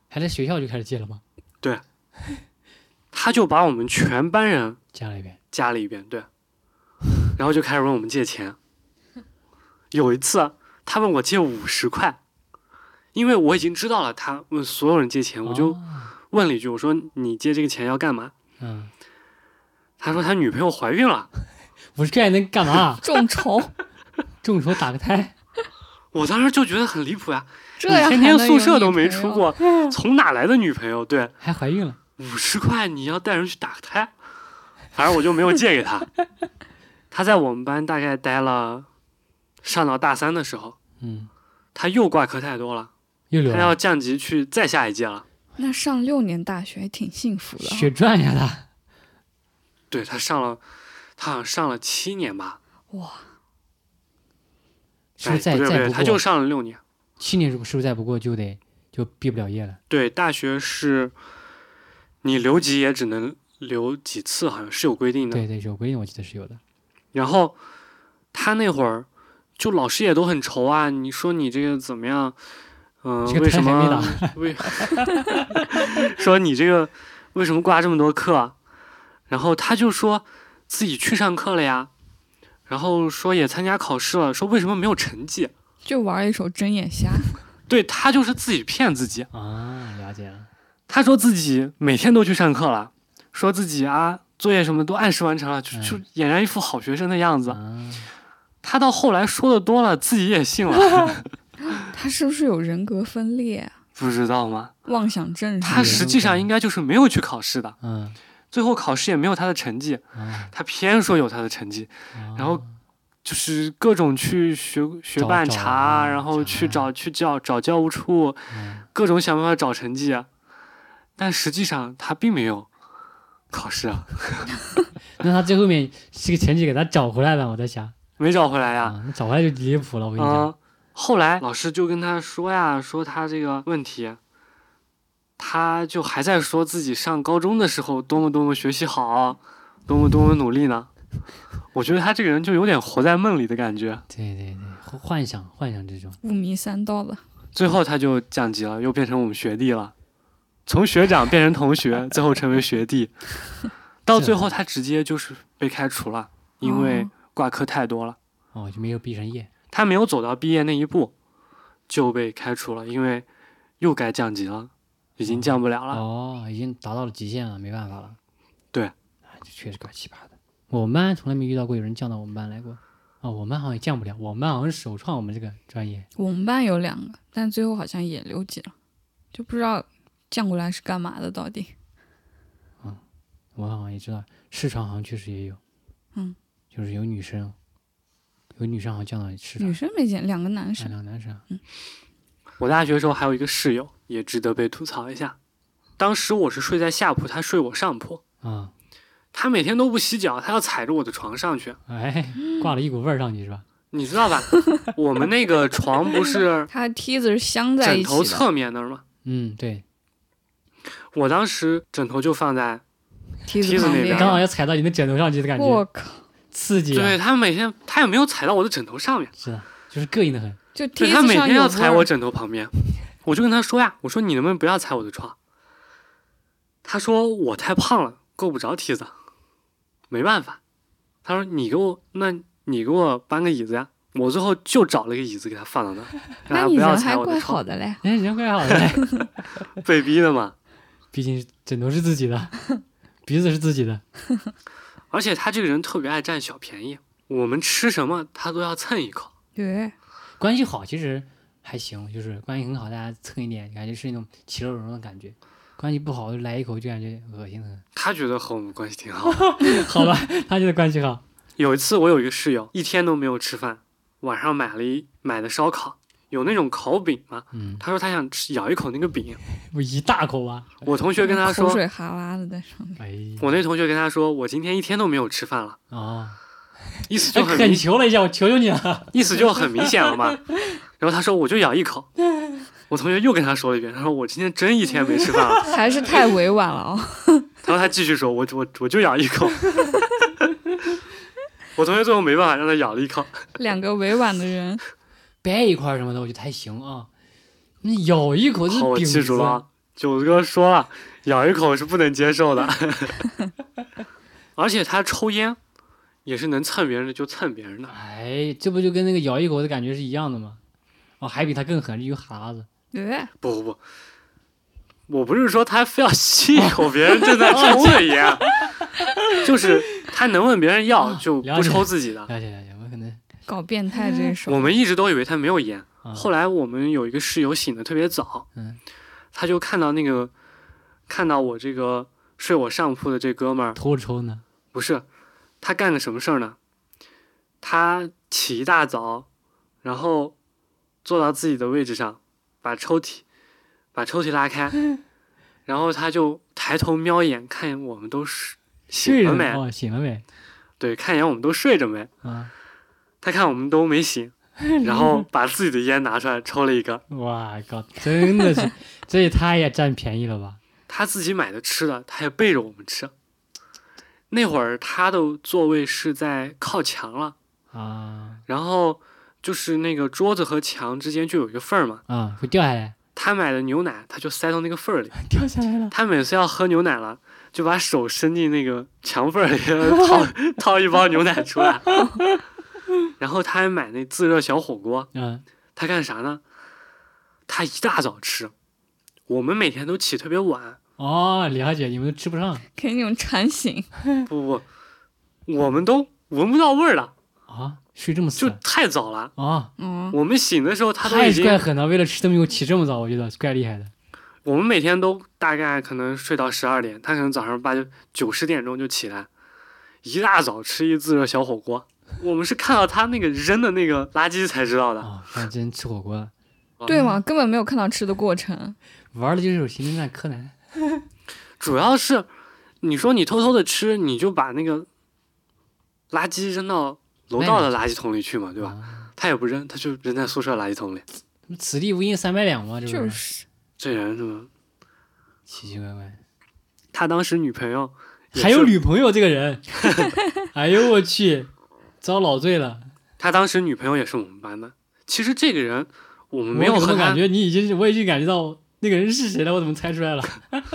还在学校就开始借了吗？ 他就把我们全班人加了一遍。 加了一遍，对，然后就开始问我们借钱。有一次，他问我借五十块，因为我已经知道了他问所有人借钱，我就哦问了一句，我说你借这个钱要干嘛？ 嗯， 他说他女朋友怀孕了。 五十块能干嘛？ 众筹， 众筹打个胎。 我当时就觉得很离谱呀， 这样你天天还能有宿舍都女朋友， 没出过，从哪来的女朋友？对， 还怀孕了。 五十块你要带人去打个胎，反正我就没有借给他。他在我们班大概待了，上到大三的时候， 嗯， 他又挂科太多了， 又留他要了。 降级去再下一届了。 那上六年大学还挺幸福的啊。 血赚呀他。 对，他上了，他好像上了七年吧？ 哇， 是不是再哎不对不对， 再不过他就上了六年。 七年是不是不是再不过就得就毕不了业了？ 对，大学是，你留级也只能留几次，好像是有规定的。 对对，有规定，我记得是有的。 然后他那会儿，就老师也都很愁啊，你说你这个怎么样？嗯、 这个为什胎还没么为说你这个为什么挂这么多课啊？然后他就说自己去上课了呀，然后说也参加考试了，说为什么没有成绩？ 就玩一手睁眼瞎。 对，他就是自己骗自己。 啊，了解了。 他说自己每天都去上课了，说自己啊作业什么都按时完成了，就就俨然一副好学生的样子。 啊， 他到后来说的多了，自己也信了。 他是不是有人格分裂啊？ 不知道吗？ 妄想症他是实际上应该就是没有去考试的， 嗯最后考试也没有他的成绩， 啊， 他偏说有他的成绩， 啊然后就是各种去学学办找查， 啊然后去查找去教找教务处， 嗯各种想办法找成绩，但实际上他并没有考试啊， 那他最后面这个成绩给他找回来了，我在想没找回来呀。 啊，那找回来就离谱了，我跟你啊、 讲。 后来老师就跟他说呀，说他这个问题，他就还在说自己上高中的时候多么多么学习好，多么多么努力呢。我觉得他这个人就有点活在梦里的感觉。 对对对，幻幻想幻想这种。 五迷三道了。 最后他就降级了，又变成我们学弟了，从学长变成同学，最后成为学弟。到最后他直接就是被开除了，因为哦挂科太多了。 哦，就没有毕上业。 他没有走到毕业那一步，就被开除了，因为又该降级了，已经降不了了。 哦，已经达到了极限了，没办法了。 对， 哎，这确实怪奇葩的。我们班从来没遇到过有人降到我们班来过。哦，我们班好像也降不了，我们班好像是首创我们这个专业。 我们班有两个，但最后好像也留级了，就不知道降过来是干嘛的到底。 我好像也知道，市场好像确实也有。 嗯， 就是有女生，有女生好像降到市场女，生没见，两个男哎， 生。 两个男生。 我大学的时候还有一个室友，也值得被吐槽一下。当时我是睡在下铺，他睡我上铺。 啊， 他每天都不洗脚，他要踩着我的床上去， 哎，挂了一股味儿上去是吧？ 你知道吧？我们那个床不是它的梯子是镶在一起的。 枕头侧面那儿吗？ 嗯，对， 我当时枕头就放在， 梯梯子那边旁边。 刚好要踩到你的枕头上去的感觉， 我靠！ 刺激、啊。 对，他每天他也没有踩到我的枕头上面， 是的，就是膈应的很。 就对他每梯子上有天要踩我味儿。 枕头旁边，我就跟他说呀，我说你能不能不要踩我的床？他说我太胖了，够不着梯子，没办法。他说你给我，那你给我搬个椅子呀。我最后就找了个椅子给他放到那儿，让那你他不要人还怪踩我的床， 好的嘞。 哎，人怪好的， 被逼的嘛。 毕竟枕头是自己的，鼻子是自己的。 而且他这个人特别爱占小便宜，我们吃什么他都要蹭一口。 对， 关系好其实还行，就是关系很好，大家蹭一点，感觉是那种其乐融融的感觉。关系不好就来一口就感觉恶心很。 他觉得和我们关系挺好。 好吧，他觉得关系好。 有一次我有一个室友，一天都没有吃饭，晚上买了一买的烧烤，有那种烤饼嘛， 嗯， 他说他想吃咬一口那个饼， 我一大口啊！ 我同学跟他口说， 水哈喇子在上面。 哎， 我那同学跟他说，我今天一天都没有吃饭了， 哦， 意思就还恳很明， 求了一下，我求求你了。 意思就很明显了嘛。然后他说我就咬一口，我同学又跟他说了一遍，他说我今天真一天没吃饭了。 还是太委婉了啊、 然后他继续说，我我我就咬一口。我同学最后没办法让他咬了一口。 两个委婉的人， 掰一块儿什么的，我觉得还行啊。那咬一口这好，我饼子， 记住了啊， 九子哥说了，咬一口是不能接受的。而且他抽烟也是能蹭别人的就蹭别人的。 哎，这不就跟那个咬一口的感觉是一样的吗？哦，还比他更狠，一个哈子。 对， 不不不，我不是说他非要吸一口别人正在抽的烟，就是他能问别人要就不抽自己的。 了解了解，我可能搞变态这一手。 我们一直都以为他没有烟， 啊后来我们有一个室友醒得特别早， 嗯他就看到那个看到我这个睡我上铺的这哥们儿， 偷着抽呢。 不是他干个什么事儿呢？他起一大早，然后坐到自己的位置上，把抽屉把抽屉拉开，然后他就抬头瞄一眼，看我们都睡醒睡着了没？ 哦，醒了没？ 对，看一眼我们都睡着没？ 啊， 他看我们都没醒，然后把自己的烟拿出来抽了一个。 哇靠，真的是，这也太也占便宜了吧？ 他自己买的吃的，他也背着我们吃。那会儿他的座位是在靠墙了， 啊然后就是那个桌子和墙之间就有一个缝儿嘛。 啊，会掉下来， 他买的牛奶，他就塞到那个缝儿里。 掉下来了。 他每次要喝牛奶了，就把手伸进那个墙缝儿里掏掏一包牛奶出来。然后他还买那自热小火锅， 嗯， 他干啥呢？他一大早吃，我们每天都起特别晚。 哦，了解，你们都吃不上给你们馋醒。 不不，我们都闻不到味儿了， 啊？睡这么就死太早了。 啊？ 嗯， 我们醒的时候，他都太已经， 怪狠了，为了吃东西我起这么早，我觉得怪厉害的。 我们每天都大概可能睡到十二点，他可能早上八九九十点钟就起来，一大早吃一自热小火锅。我们是看到他那个扔的那个垃圾才知道的。 哦，还真吃火锅了， 对吗？根本没有看到吃的过程。 玩的就是有刑侦探柯南。 主要是你说你偷偷的吃，你就把那个垃圾扔到楼道的垃圾桶里去嘛，对吧？ 啊他也不扔，他就扔在宿舍垃圾桶里。 此地无银三百两嘛，这不就是是， 这人怎么？ 奇奇怪怪。 他当时女朋友也还有是女朋友这个人，哎呦我去，遭老罪了。 他当时女朋友也是我们班的。其实这个人我们没有我怎和他么感觉你已经，我已经感觉到那个人是谁了，我怎么猜出来了？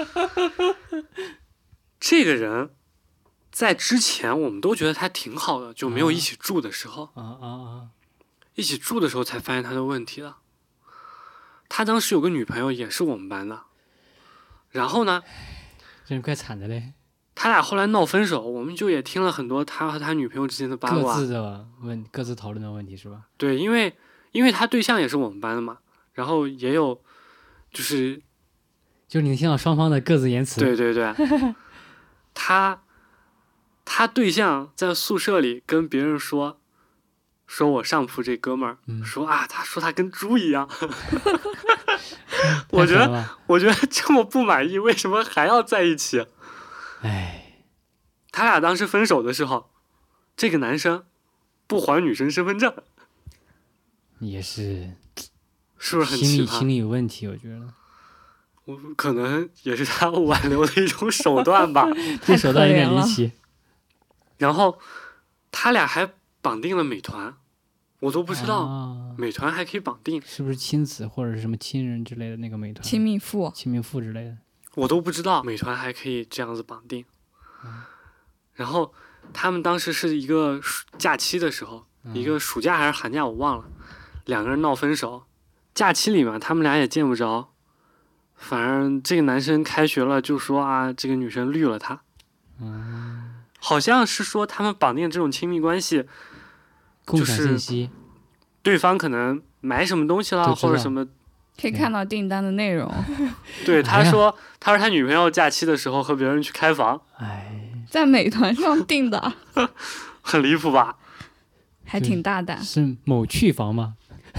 这个人在之前我们都觉得他挺好的，就没有一起住的时候， 啊啊啊！ 一起住的时候才发现他的问题了。他当时有个女朋友也是我们班的，然后呢， 这人怪惨的嘞， 他俩后来闹分手，我们就也听了很多他和他女朋友之间的八各卦。 自的问，各自讨论的问题是吧？ 对，因为因为他对象也是我们班的嘛，然后也有就是就是你听到双方的各自言辞。 对对对，他他对象在宿舍里跟别人说，说我上铺这哥们儿、 嗯说啊，他说他跟猪一样。 太我觉得狠了吧， 我觉得这么不满意，为什么还要在一起？ 哎， 他俩当时分手的时候，这个男生不还女生身份证， 也是是不是很心奇葩？ 理心理有问题，我觉得我可能也是他挽留的一种手段吧。 这手段有点太可怜了离奇。 然后他俩还绑定了美团，我都不知道啊美团还可以绑定， 是不是亲子或者是什么亲人之类的那个美团？ 亲密付。 亲密付之类的。 我都不知道美团还可以这样子绑定。然后他们当时是一个暑假期的时候， 嗯一个暑假还是寒假我忘了，两个人闹分手。假期里面他们俩也见不着，反正这个男生开学了就说啊，这个女生绿了他。 嗯， 好像是说他们绑定这种亲密关系， 共享信息。 对方可能买什么东西了都知道或者什么。 可以看到订单的内容。 对，他哎呀说他说他女朋友假期的时候和别人去开房， 哎， 在美团上订的， 很离谱吧？ 还挺大胆。 是某去房吗？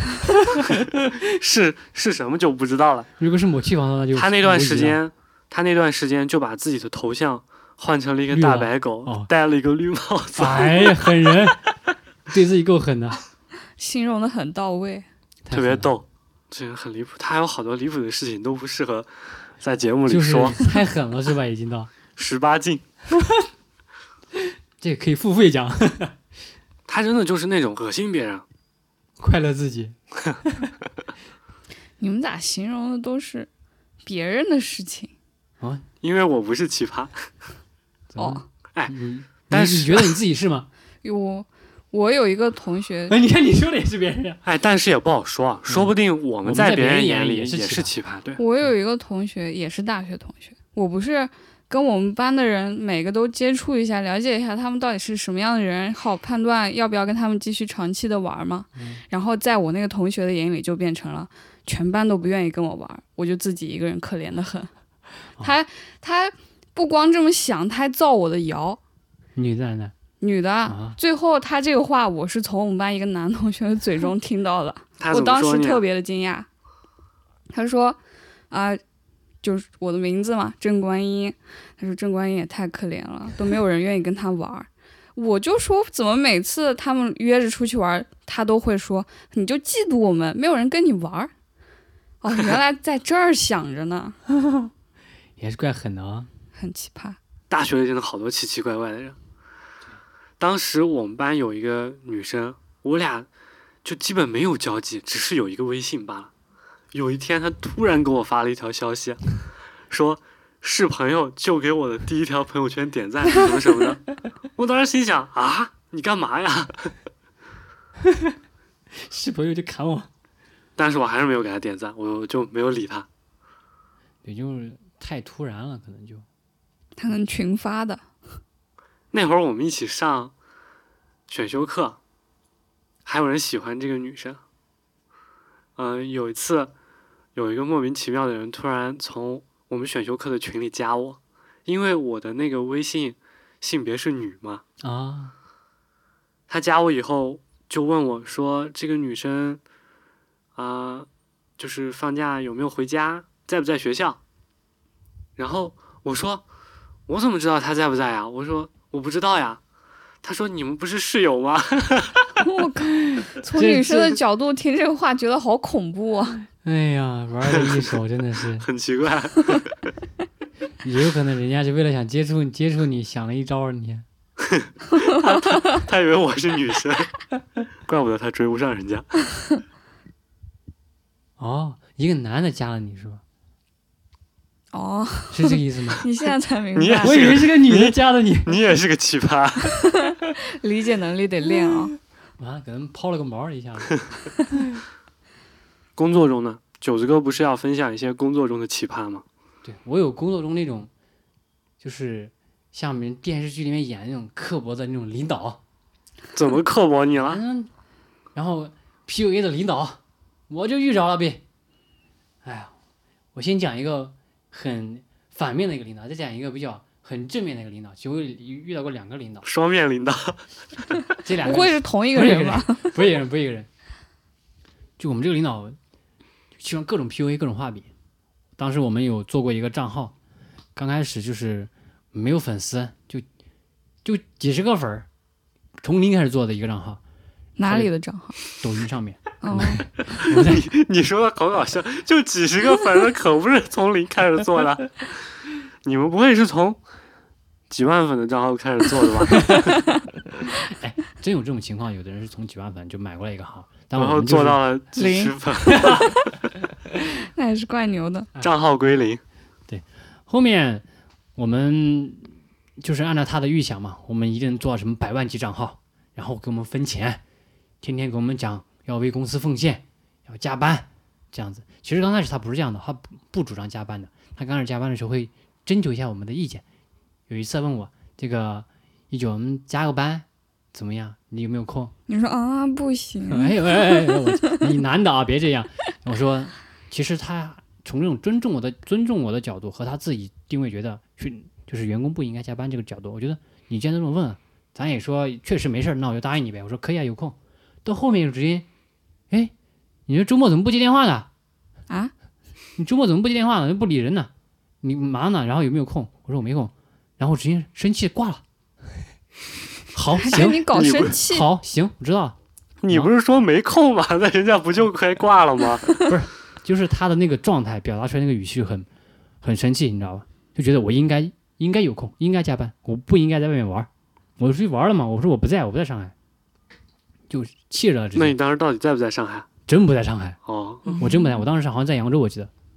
是是什么就不知道了。 如果是某去房的话，就他那段无疑了时间，他那段时间就把自己的头像换成了一个绿了大白狗， 哦戴了一个绿帽子。 哎呀，狠人，对自己够狠的， 形容的很到位。 特别逗，这人很离谱。他还有好多离谱的事情都不适合在节目里就是说， 太狠了，是吧？已经到十八禁。 这个可以付费讲， 他真的就是那种恶心别人。 快乐自己。 你们咋形容的都是别人的事情。 因为我不是奇葩。 怎么哦， 哎你但是你你觉得你自己是吗？ 我我有一个同学， 哎，你看你说的也是别人呀。 哎，但是也不好说啊，说不定我们我们在别人别人眼里里也也是奇葩是奇葩。对， 我有一个同学也是大学同学，我不是跟我们班的人每个都接触一下，了解一下他们到底是什么样的人，好判断要不要跟他们继续长期的玩吗？ 嗯然后在我那个同学的眼里就变成了全班都不愿意跟我玩，我就自己一个人可怜的很。他他不光这么想，他还造我的谣。 女的男的女的， 啊最后他这个话我是从我们班一个男同学的嘴中听到的， 他我怎么说你啊当时特别的惊讶。他说啊、就是我的名字嘛，郑观音。他说郑观音也太可怜了，都没有人愿意跟他玩。我就说怎么每次他们约着出去玩，他都会说你就嫉妒我们，没有人跟你玩。哦，原来在这儿想着呢， 也是怪狠的啊。 很奇葩。 大学里真的好多奇奇怪怪的人。当时我们班有一个女生，我俩就基本没有交集，只是有一个微信罢了。有一天，她突然给我发了一条消息，说是朋友就给我的第一条朋友圈点赞什么什么的。我当时心想啊，你干嘛呀？ 是朋友就砍我。 但是我还是没有给她点赞，我就没有理她。 对，就是太突然了，可能就他能群发的。 那会儿我们一起上选修课，还有人喜欢这个女生。嗯、呃，有一次，有一个莫名其妙的人突然从我们选修课的群里加我，因为我的那个微信性别是女嘛。 啊， 他加我以后就问我说：“这个女生啊、呃，就是放假有没有回家，在不在学校？”然后我说：“我怎么知道她在不在呀？”我说：“我不知道呀。”他说：“你们不是室友吗？” 我靠！从女生的角度听这个话，觉得好恐怖啊！ 哎呀，玩的一手真的是很奇怪。 也有可能人家是为了想接触接触你，想了一招你。 他, 他, 他以为我是女生，怪不得他追不上人家。 哦，一个男的加了你是吧？ 哦， 是这个意思吗？ 你现在才明白， 你也是我以为是个女的加的你。 你也是个奇葩。 理解能力得练啊！ 啊，给他们抛了个毛一下子。 工作中呢，九子哥不是要分享一些工作中的奇葩吗？ 对，我有工作中那种，就是像我们电视剧里面演的那种刻薄的那种领导。 怎么刻薄你了？ 嗯，然后 P U A 的领导，我就遇着了呗。哎呀，我先讲一个很反面的一个领导，再讲一个比较很正面的一个领导。其实我遇到过两个领导， 双面领导。 这两个不会是同一个不是一人吧？ 不是一个人，不是一个人。就我们这个领导，喜欢各种 P U A， 各种画饼。当时我们有做过一个账号，刚开始就是没有粉丝，就就几十个粉儿，从零开始做的一个账号， 哪里的账号？ 抖音上面。 哦， 我在你说的好搞笑，就几十个粉丝，可不是从零开始做的。你们不会是从几万粉的账号开始做的吧？ 哎，真有这种情况，有的人是从几万粉就买过来一个号，但然后我们、就是、 做到了几十粉， 那也是怪牛的。 账号归零。 后面我们就是按照他的预想嘛，我们一定做什么百万级账号，然后给我们分钱，天天给我们讲要为公司奉献，要加班，这样子。其实刚开始他不是这样的，他不不主张加班的，他刚开始加班的时候会征求一下我们的意见。有一次问我这个一九，我们加个班怎么样？你有没有空？ 你说啊，不行。 哎哎哎，我你男的啊，别这样。我说，其实他从这种尊重我的尊重我的角度和他自己定位觉得去就是员工不应该加班这个角度，我觉得你既然这么问，咱也说确实没事，那我就答应你呗。我说可以啊，有空。到后面就直接，哎，你这周末怎么不接电话呢？ 啊？ 你周末怎么不接电话呢？不理人呢？你忙呢？然后有没有空？我说我没空，然后直接生气挂了。好， 还跟行， 你搞生气？ 好，行，我知道了。 你不是说没空吗？那人家不就该挂了吗？ 不是，就是他的那个状态表达出来那个语气很很生气，你知道吧？就觉得我应该应该有空，应该加班，我不应该在外面玩。我出去玩了嘛，我说我不在，我不在上海，就气着了。 那你当时到底在不在上海？ 真不在上海， 哦， 我真不在，我当时好像在扬州，我记得。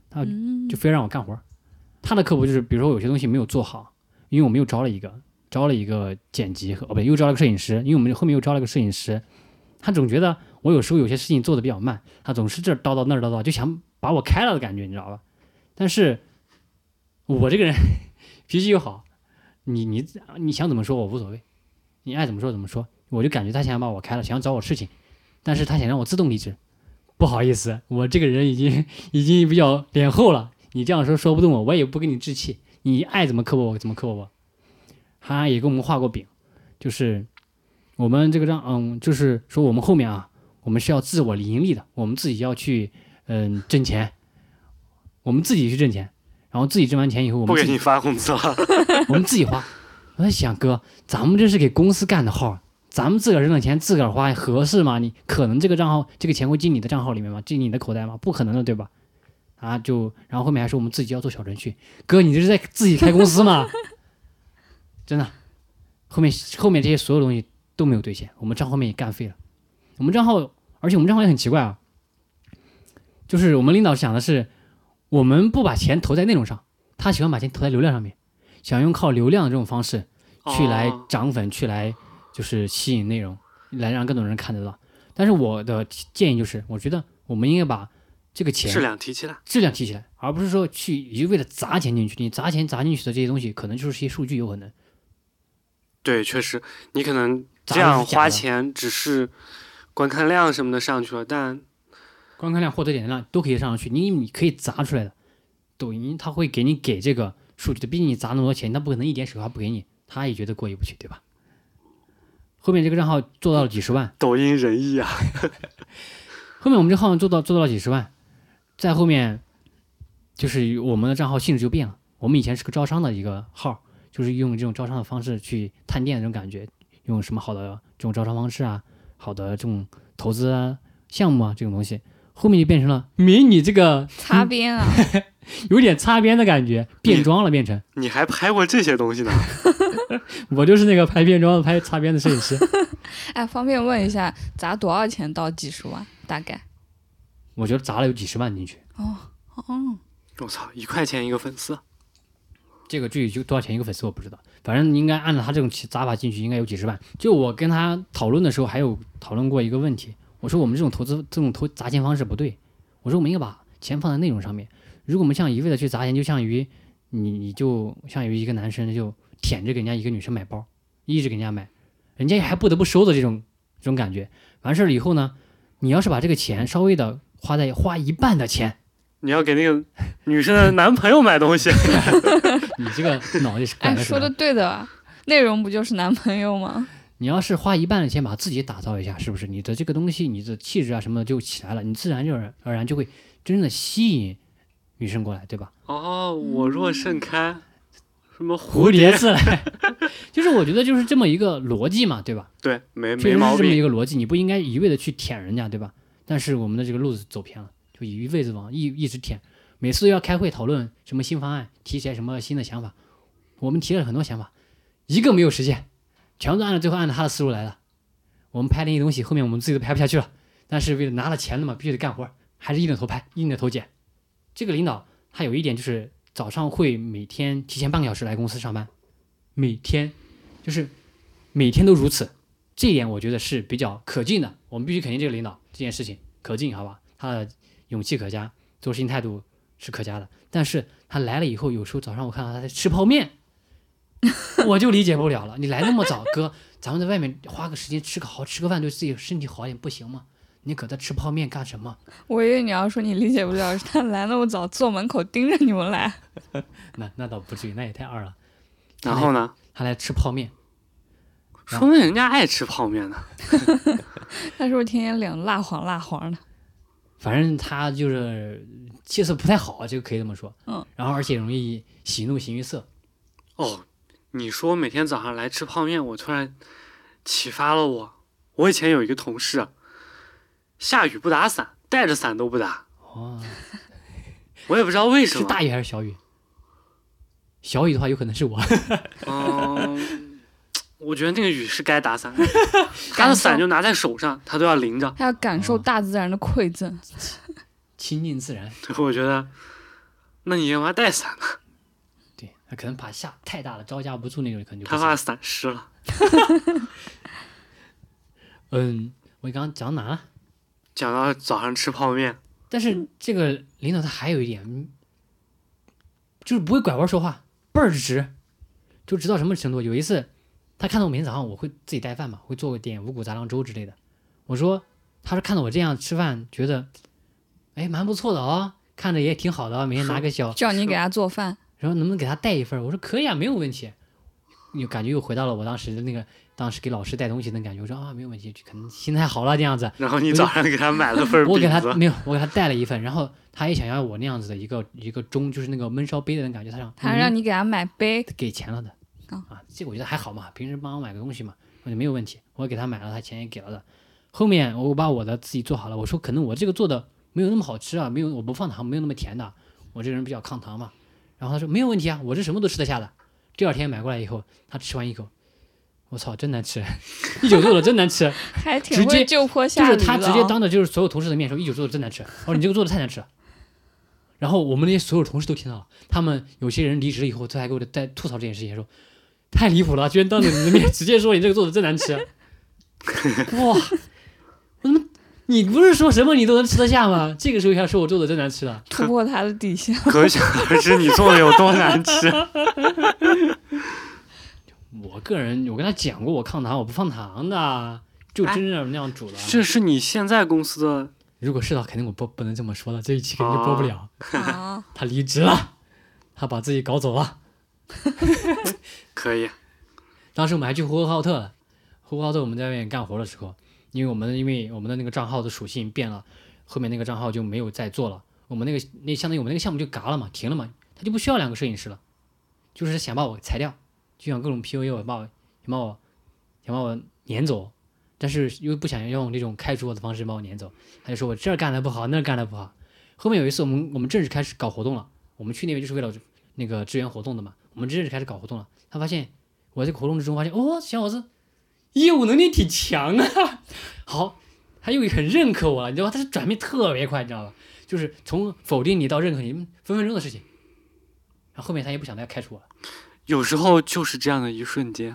他就非让我干活。他的刻薄就是，比如说有些东西没有做好，因为我们又招了一个招了一个剪辑和哦不对，又招了个摄影师，因为我们后面又招了个摄影师，他总觉得我有时候有些事情做的比较慢，他总是这儿叨叨那儿叨叨，就想把我开了的感觉，你知道吧？但是我这个人脾气又好，你你你想怎么说我无所谓，你爱怎么说怎么说，我就感觉他想把我开了，想找我事情，但是他想让我自动离职。不好意思，我这个人已经已经比较脸厚了，你这样说说不动我，我也不跟你置气，你爱怎么刻薄我怎么刻薄我。他也给我们画过饼，就是我们这个账，嗯，就是说我们后面啊，我们是要自我盈利的，我们自己要去嗯挣钱，我们自己去挣钱，然后自己挣完钱以后，我们不给你发工资了， 我们自己花。我在想，哥，咱们这是给公司干的号，咱们自个儿挣的钱自个儿花合适吗？你可能这个账号这个钱会进你的账号里面吗？进你的口袋吗？不可能的，对吧？啊，就然后后面还说我们自己要做小程序，哥，你这是在自己开公司吗？真的，后面后面这些所有东西都没有兑现，我们账号面也干废了。我们账号，而且我们账号也很奇怪啊，就是我们领导想的是，我们不把钱投在内容上，他喜欢把钱投在流量上面，想用靠流量的这种方式去来涨粉，哦、去来就是吸引内容，来让更多人看得到。但是我的建议就是，我觉得我们应该把这个钱质量提起来， 质量提起来，而不是说去一味的砸钱进去。你砸钱砸进去的这些东西，可能就是些数据，有可能。 对，确实，你可能这样花钱只是观看量什么的上去了，但观看量、获得点量都可以上去，你你可以砸出来的。抖音它会给你给这个数据的，毕竟你砸那么多钱，它不可能一点手滑不给你，他也觉得过意不去，对吧？后面这个账号做到了几十万， 抖音仁义啊！ 后面我们这号做到做到了几十万，在后面就是我们的账号性质就变了。我们以前是个招商的一个号。就是用这种招商的方式去探店的这种感觉，用什么好的这种招商方式啊，好的这种投资啊、项目啊这种东西，后面就变成了迷你这个擦边啊， 有点擦边的感觉，变装了变成。 你, 你还拍过这些东西呢？ 我就是那个拍变装、拍擦边的摄影师。 哎，方便问一下，砸多少钱到几十万？大概？ 我觉得砸了有几十万进去。 哦哦， 我操，一块钱一个粉丝。 这个具体就多少钱一个粉丝我不知道，反正应该按照他这种砸法进去应该有几十万。就我跟他讨论的时候还有讨论过一个问题，我说我们这种投资这种投砸钱方式不对，我说我们应该把钱放在内容上面。如果我们像一味的去砸钱，就像于你你就像于一个男生就舔着给人家一个女生买包，一直给人家买，人家还不得不收的这种这种感觉。完事了以后呢，你要是把这个钱稍微的花在花一半的钱。 你要给那个女生的男朋友买东西， 你这个脑子是怪的。 哎，说的对的，内容不就是男朋友吗？ 你要是花一半的钱把自己打造一下，是不是你的这个东西，你的气质啊什么的就起来了，你自然而然就会真正的吸引女生过来，对吧？ 哦，我若盛开，嗯、什么蝴蝶自来，就是我觉得就是这么一个逻辑嘛，对吧？ 对，没没毛病。 这么一个逻辑，你不应该一味的去舔人家，对吧？但是我们的这个路子走偏了。就一味子往一一直舔，每次都要开会讨论什么新方案，提起来什么新的想法。我们提了很多想法，一个没有实现，全都按照最后按照他的思路来的。我们拍那些东西，后面我们自己都拍不下去了，但是为了拿了钱了嘛，必须得干活，还是硬着头拍，硬着头剪。这个领导他有一点就是早上会每天提前半个小时来公司上班，每天就是每天都如此，这一点我觉得是比较可敬的。我们必须肯定这个领导这件事情可敬，好吧？他的勇气可嘉，做事情态度是可嘉的，但是他来了以后，有时候早上我看到他在吃泡面，我就理解不了了。你来那么早，哥，咱们在外面花个时间吃个好吃个饭，对自己身体好一点不行吗？你搁这吃泡面干什么？ 我以为你要说你理解不了，是他来那么早，坐门口盯着你们来。 那那倒不至于，那也太二了。 然后呢？ 他来吃泡面， 说明人家爱吃泡面呢。 他是不是天天脸蜡黄蜡黄的？ 反正他就是气色不太好，这个可以这么说。 嗯， 然后而且容易喜怒形于色。 哦，你说每天早上来吃泡面，我突然启发了我。我以前有一个同事，下雨不打伞，带着伞都不打。 哦， 我也不知道为什么。 是大雨还是小雨？小雨的话，有可能是我。 嗯，我觉得那个雨是该打伞的，他的伞就拿在手上，他都要淋着。 他要感受大自然的馈赠， 亲近自然。 对，我觉得那你干嘛带伞呢？ 对，他可能怕下太大了招架不住那种，可能就不他行怕伞湿了。 嗯，我刚刚讲哪了？ 讲到早上吃泡面， 但是这个领导他还有一点，嗯就是不会拐弯说话，倍儿直，就直到什么程度？有一次，他看到我每天早上我会自己带饭嘛，会做点五谷杂粮粥之类的。我说，他说看到我这样吃饭，觉得，哎，蛮不错的哦，看着也挺好的，每天拿个小， 叫你给他做饭， 然后能不能给他带一份？我说可以啊，没有问题。又感觉又回到了我当时的那个，当时给老师带东西的感觉。我说啊，没有问题，可能心态好了这样子。 然后你早上给他买了份饼子， 我给他没有，我给他带了一份，然后他也想要我那样子的一个一个盅，就是那个焖烧杯的那种感觉，他让他让你给他买杯， 嗯、给钱了的、 哦、 啊，这个我觉得还好嘛，平时帮我买个东西嘛，我就没有问题，我给他买了，他钱也给了的。后面我把我的自己做好了，我说可能我这个做的没有那么好吃啊，没有我不放糖，没有那么甜的，我这个人比较抗糖嘛。然后他说没有问题啊，我这什么都吃得下的。第二天买过来以后，他吃完一口。我操，真难吃！一九做的真难吃， 还挺会就坡下驴的。就是他直接当着就是所有同事的面说，一九做的真难吃。我说你这个做的太难吃了。然后我们那些所有同事都听到了，他们有些人离职了以后，他还给我在吐槽这件事情，说太离谱了，居然当着你的面直接说你这个做的真难吃。哇，我他妈，你不是说什么你都能吃得下吗？这个时候还说我做的真难吃了， 突破他的底线。 可想而知你做的有多难吃。 我个人，我跟他讲过，我抗糖，我不放糖的，就真正那样煮的。 这是你现在公司的？ 如果是的，肯定我不不能这么说了，这一期肯定就播不了。 啊、 他离职了，他把自己搞走了。 可以。 当时我们还去呼和浩特了，呼和浩特我们在外面干活的时候，因为我们因为我们的那个账号的属性变了，后面那个账号就没有再做了，我们那个那相当于我们那个项目就嘎了嘛，停了嘛，他就不需要两个摄影师了，就是想把我裁掉。就想各种 P U A 我，把我想把我想把我撵走，但是又不想用这种开除我的方式把我撵走，他就说我这儿干的不好，那儿干的不好。后面有一次我们我们正式开始搞活动了，我们去那边就是为了那个支援活动的嘛，我们正式开始搞活动了。他发现我在活动之中发现，哦，小伙子业务能力挺强啊，好，他又很认可我了，你知道吗？他是转变特别快，你知道吧？就是从否定你到认可你，分分钟的事情。然后后面他也不想再开除我了。 有时候就是这样的一瞬间。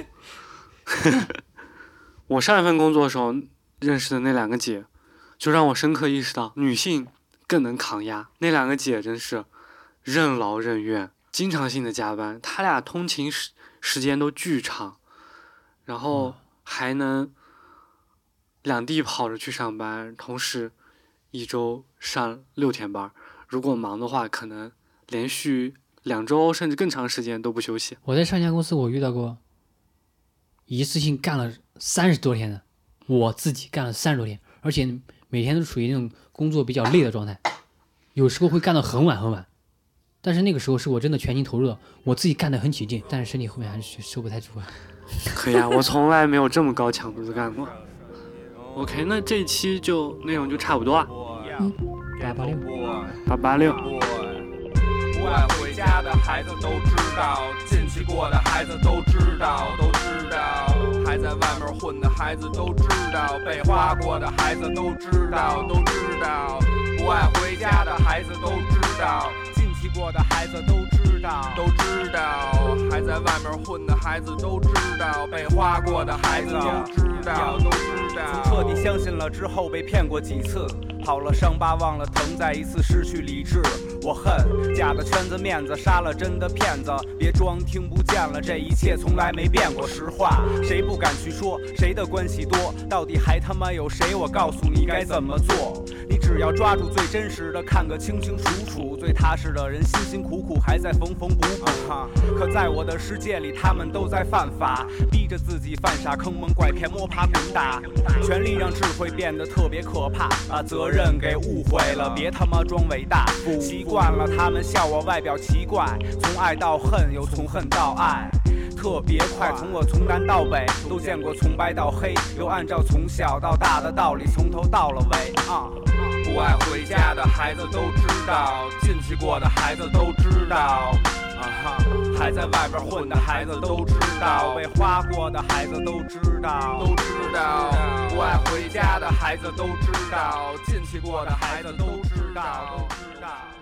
我上一份工作的时候认识的那两个姐，就让我深刻意识到女性更能抗压。那两个姐真是任劳任怨，经常性的加班，她俩通勤时时间都巨长，然后还能两地跑着去上班，同时一周上六天班，如果忙的话可能连续两周甚至更长时间都不休息。 我在上一家公司我遇到过一次性干了三十多天的，我自己干了三十多天，而且每天都处于那种工作比较累的状态，有时候会干到很晚很晚，但是那个时候是我真的全心投入的，我自己干得很起劲，但是身体后面还是收不太住啊。 可以啊，我从来没有这么高强度的干过。OK， 那这一期就内容就差不多啊。 嗯， 八八六， 八八六。 不爱回家的孩子都知道，进去过的孩子都知道，都知道，还在外面混的孩子都知道，被花过的孩子都知道，都知道，不爱回家的孩子都知道，进去过的孩子都知道，都知道，还在外面混的孩子都知道，被花过的孩子都知道，都知道。 从彻底相信了之后被骗过几次，好了伤疤忘了疼，再一次失去理智。我恨假的圈子面子，杀了真的骗子，别装听不见了，这一切从来没变过。实话谁不敢去说，谁的关系多，到底还他妈有谁？我告诉你该怎么做，你只要抓住最真实的，看个清清楚楚，最踏实的人辛辛苦苦还在缝缝补补。可在我的世界里他们都在犯法，逼着自己犯傻，坑蒙拐骗摸爬滚打，权力让智慧变得特别可怕，把责任给误会了，别他妈装伟大。习惯了他们笑我外表奇怪，从爱到恨又从恨到爱，特别快，从我从南到北都见过，从白到黑，又按照从小到大的道理从头到了尾啊。 不爱回家的孩子都知道，进去过的孩子都知道，啊哈， 还在外边混的孩子都知道，被花过的孩子都知道， 都知道，不爱回家的孩子都知道，进去过的孩子都知道，都知道。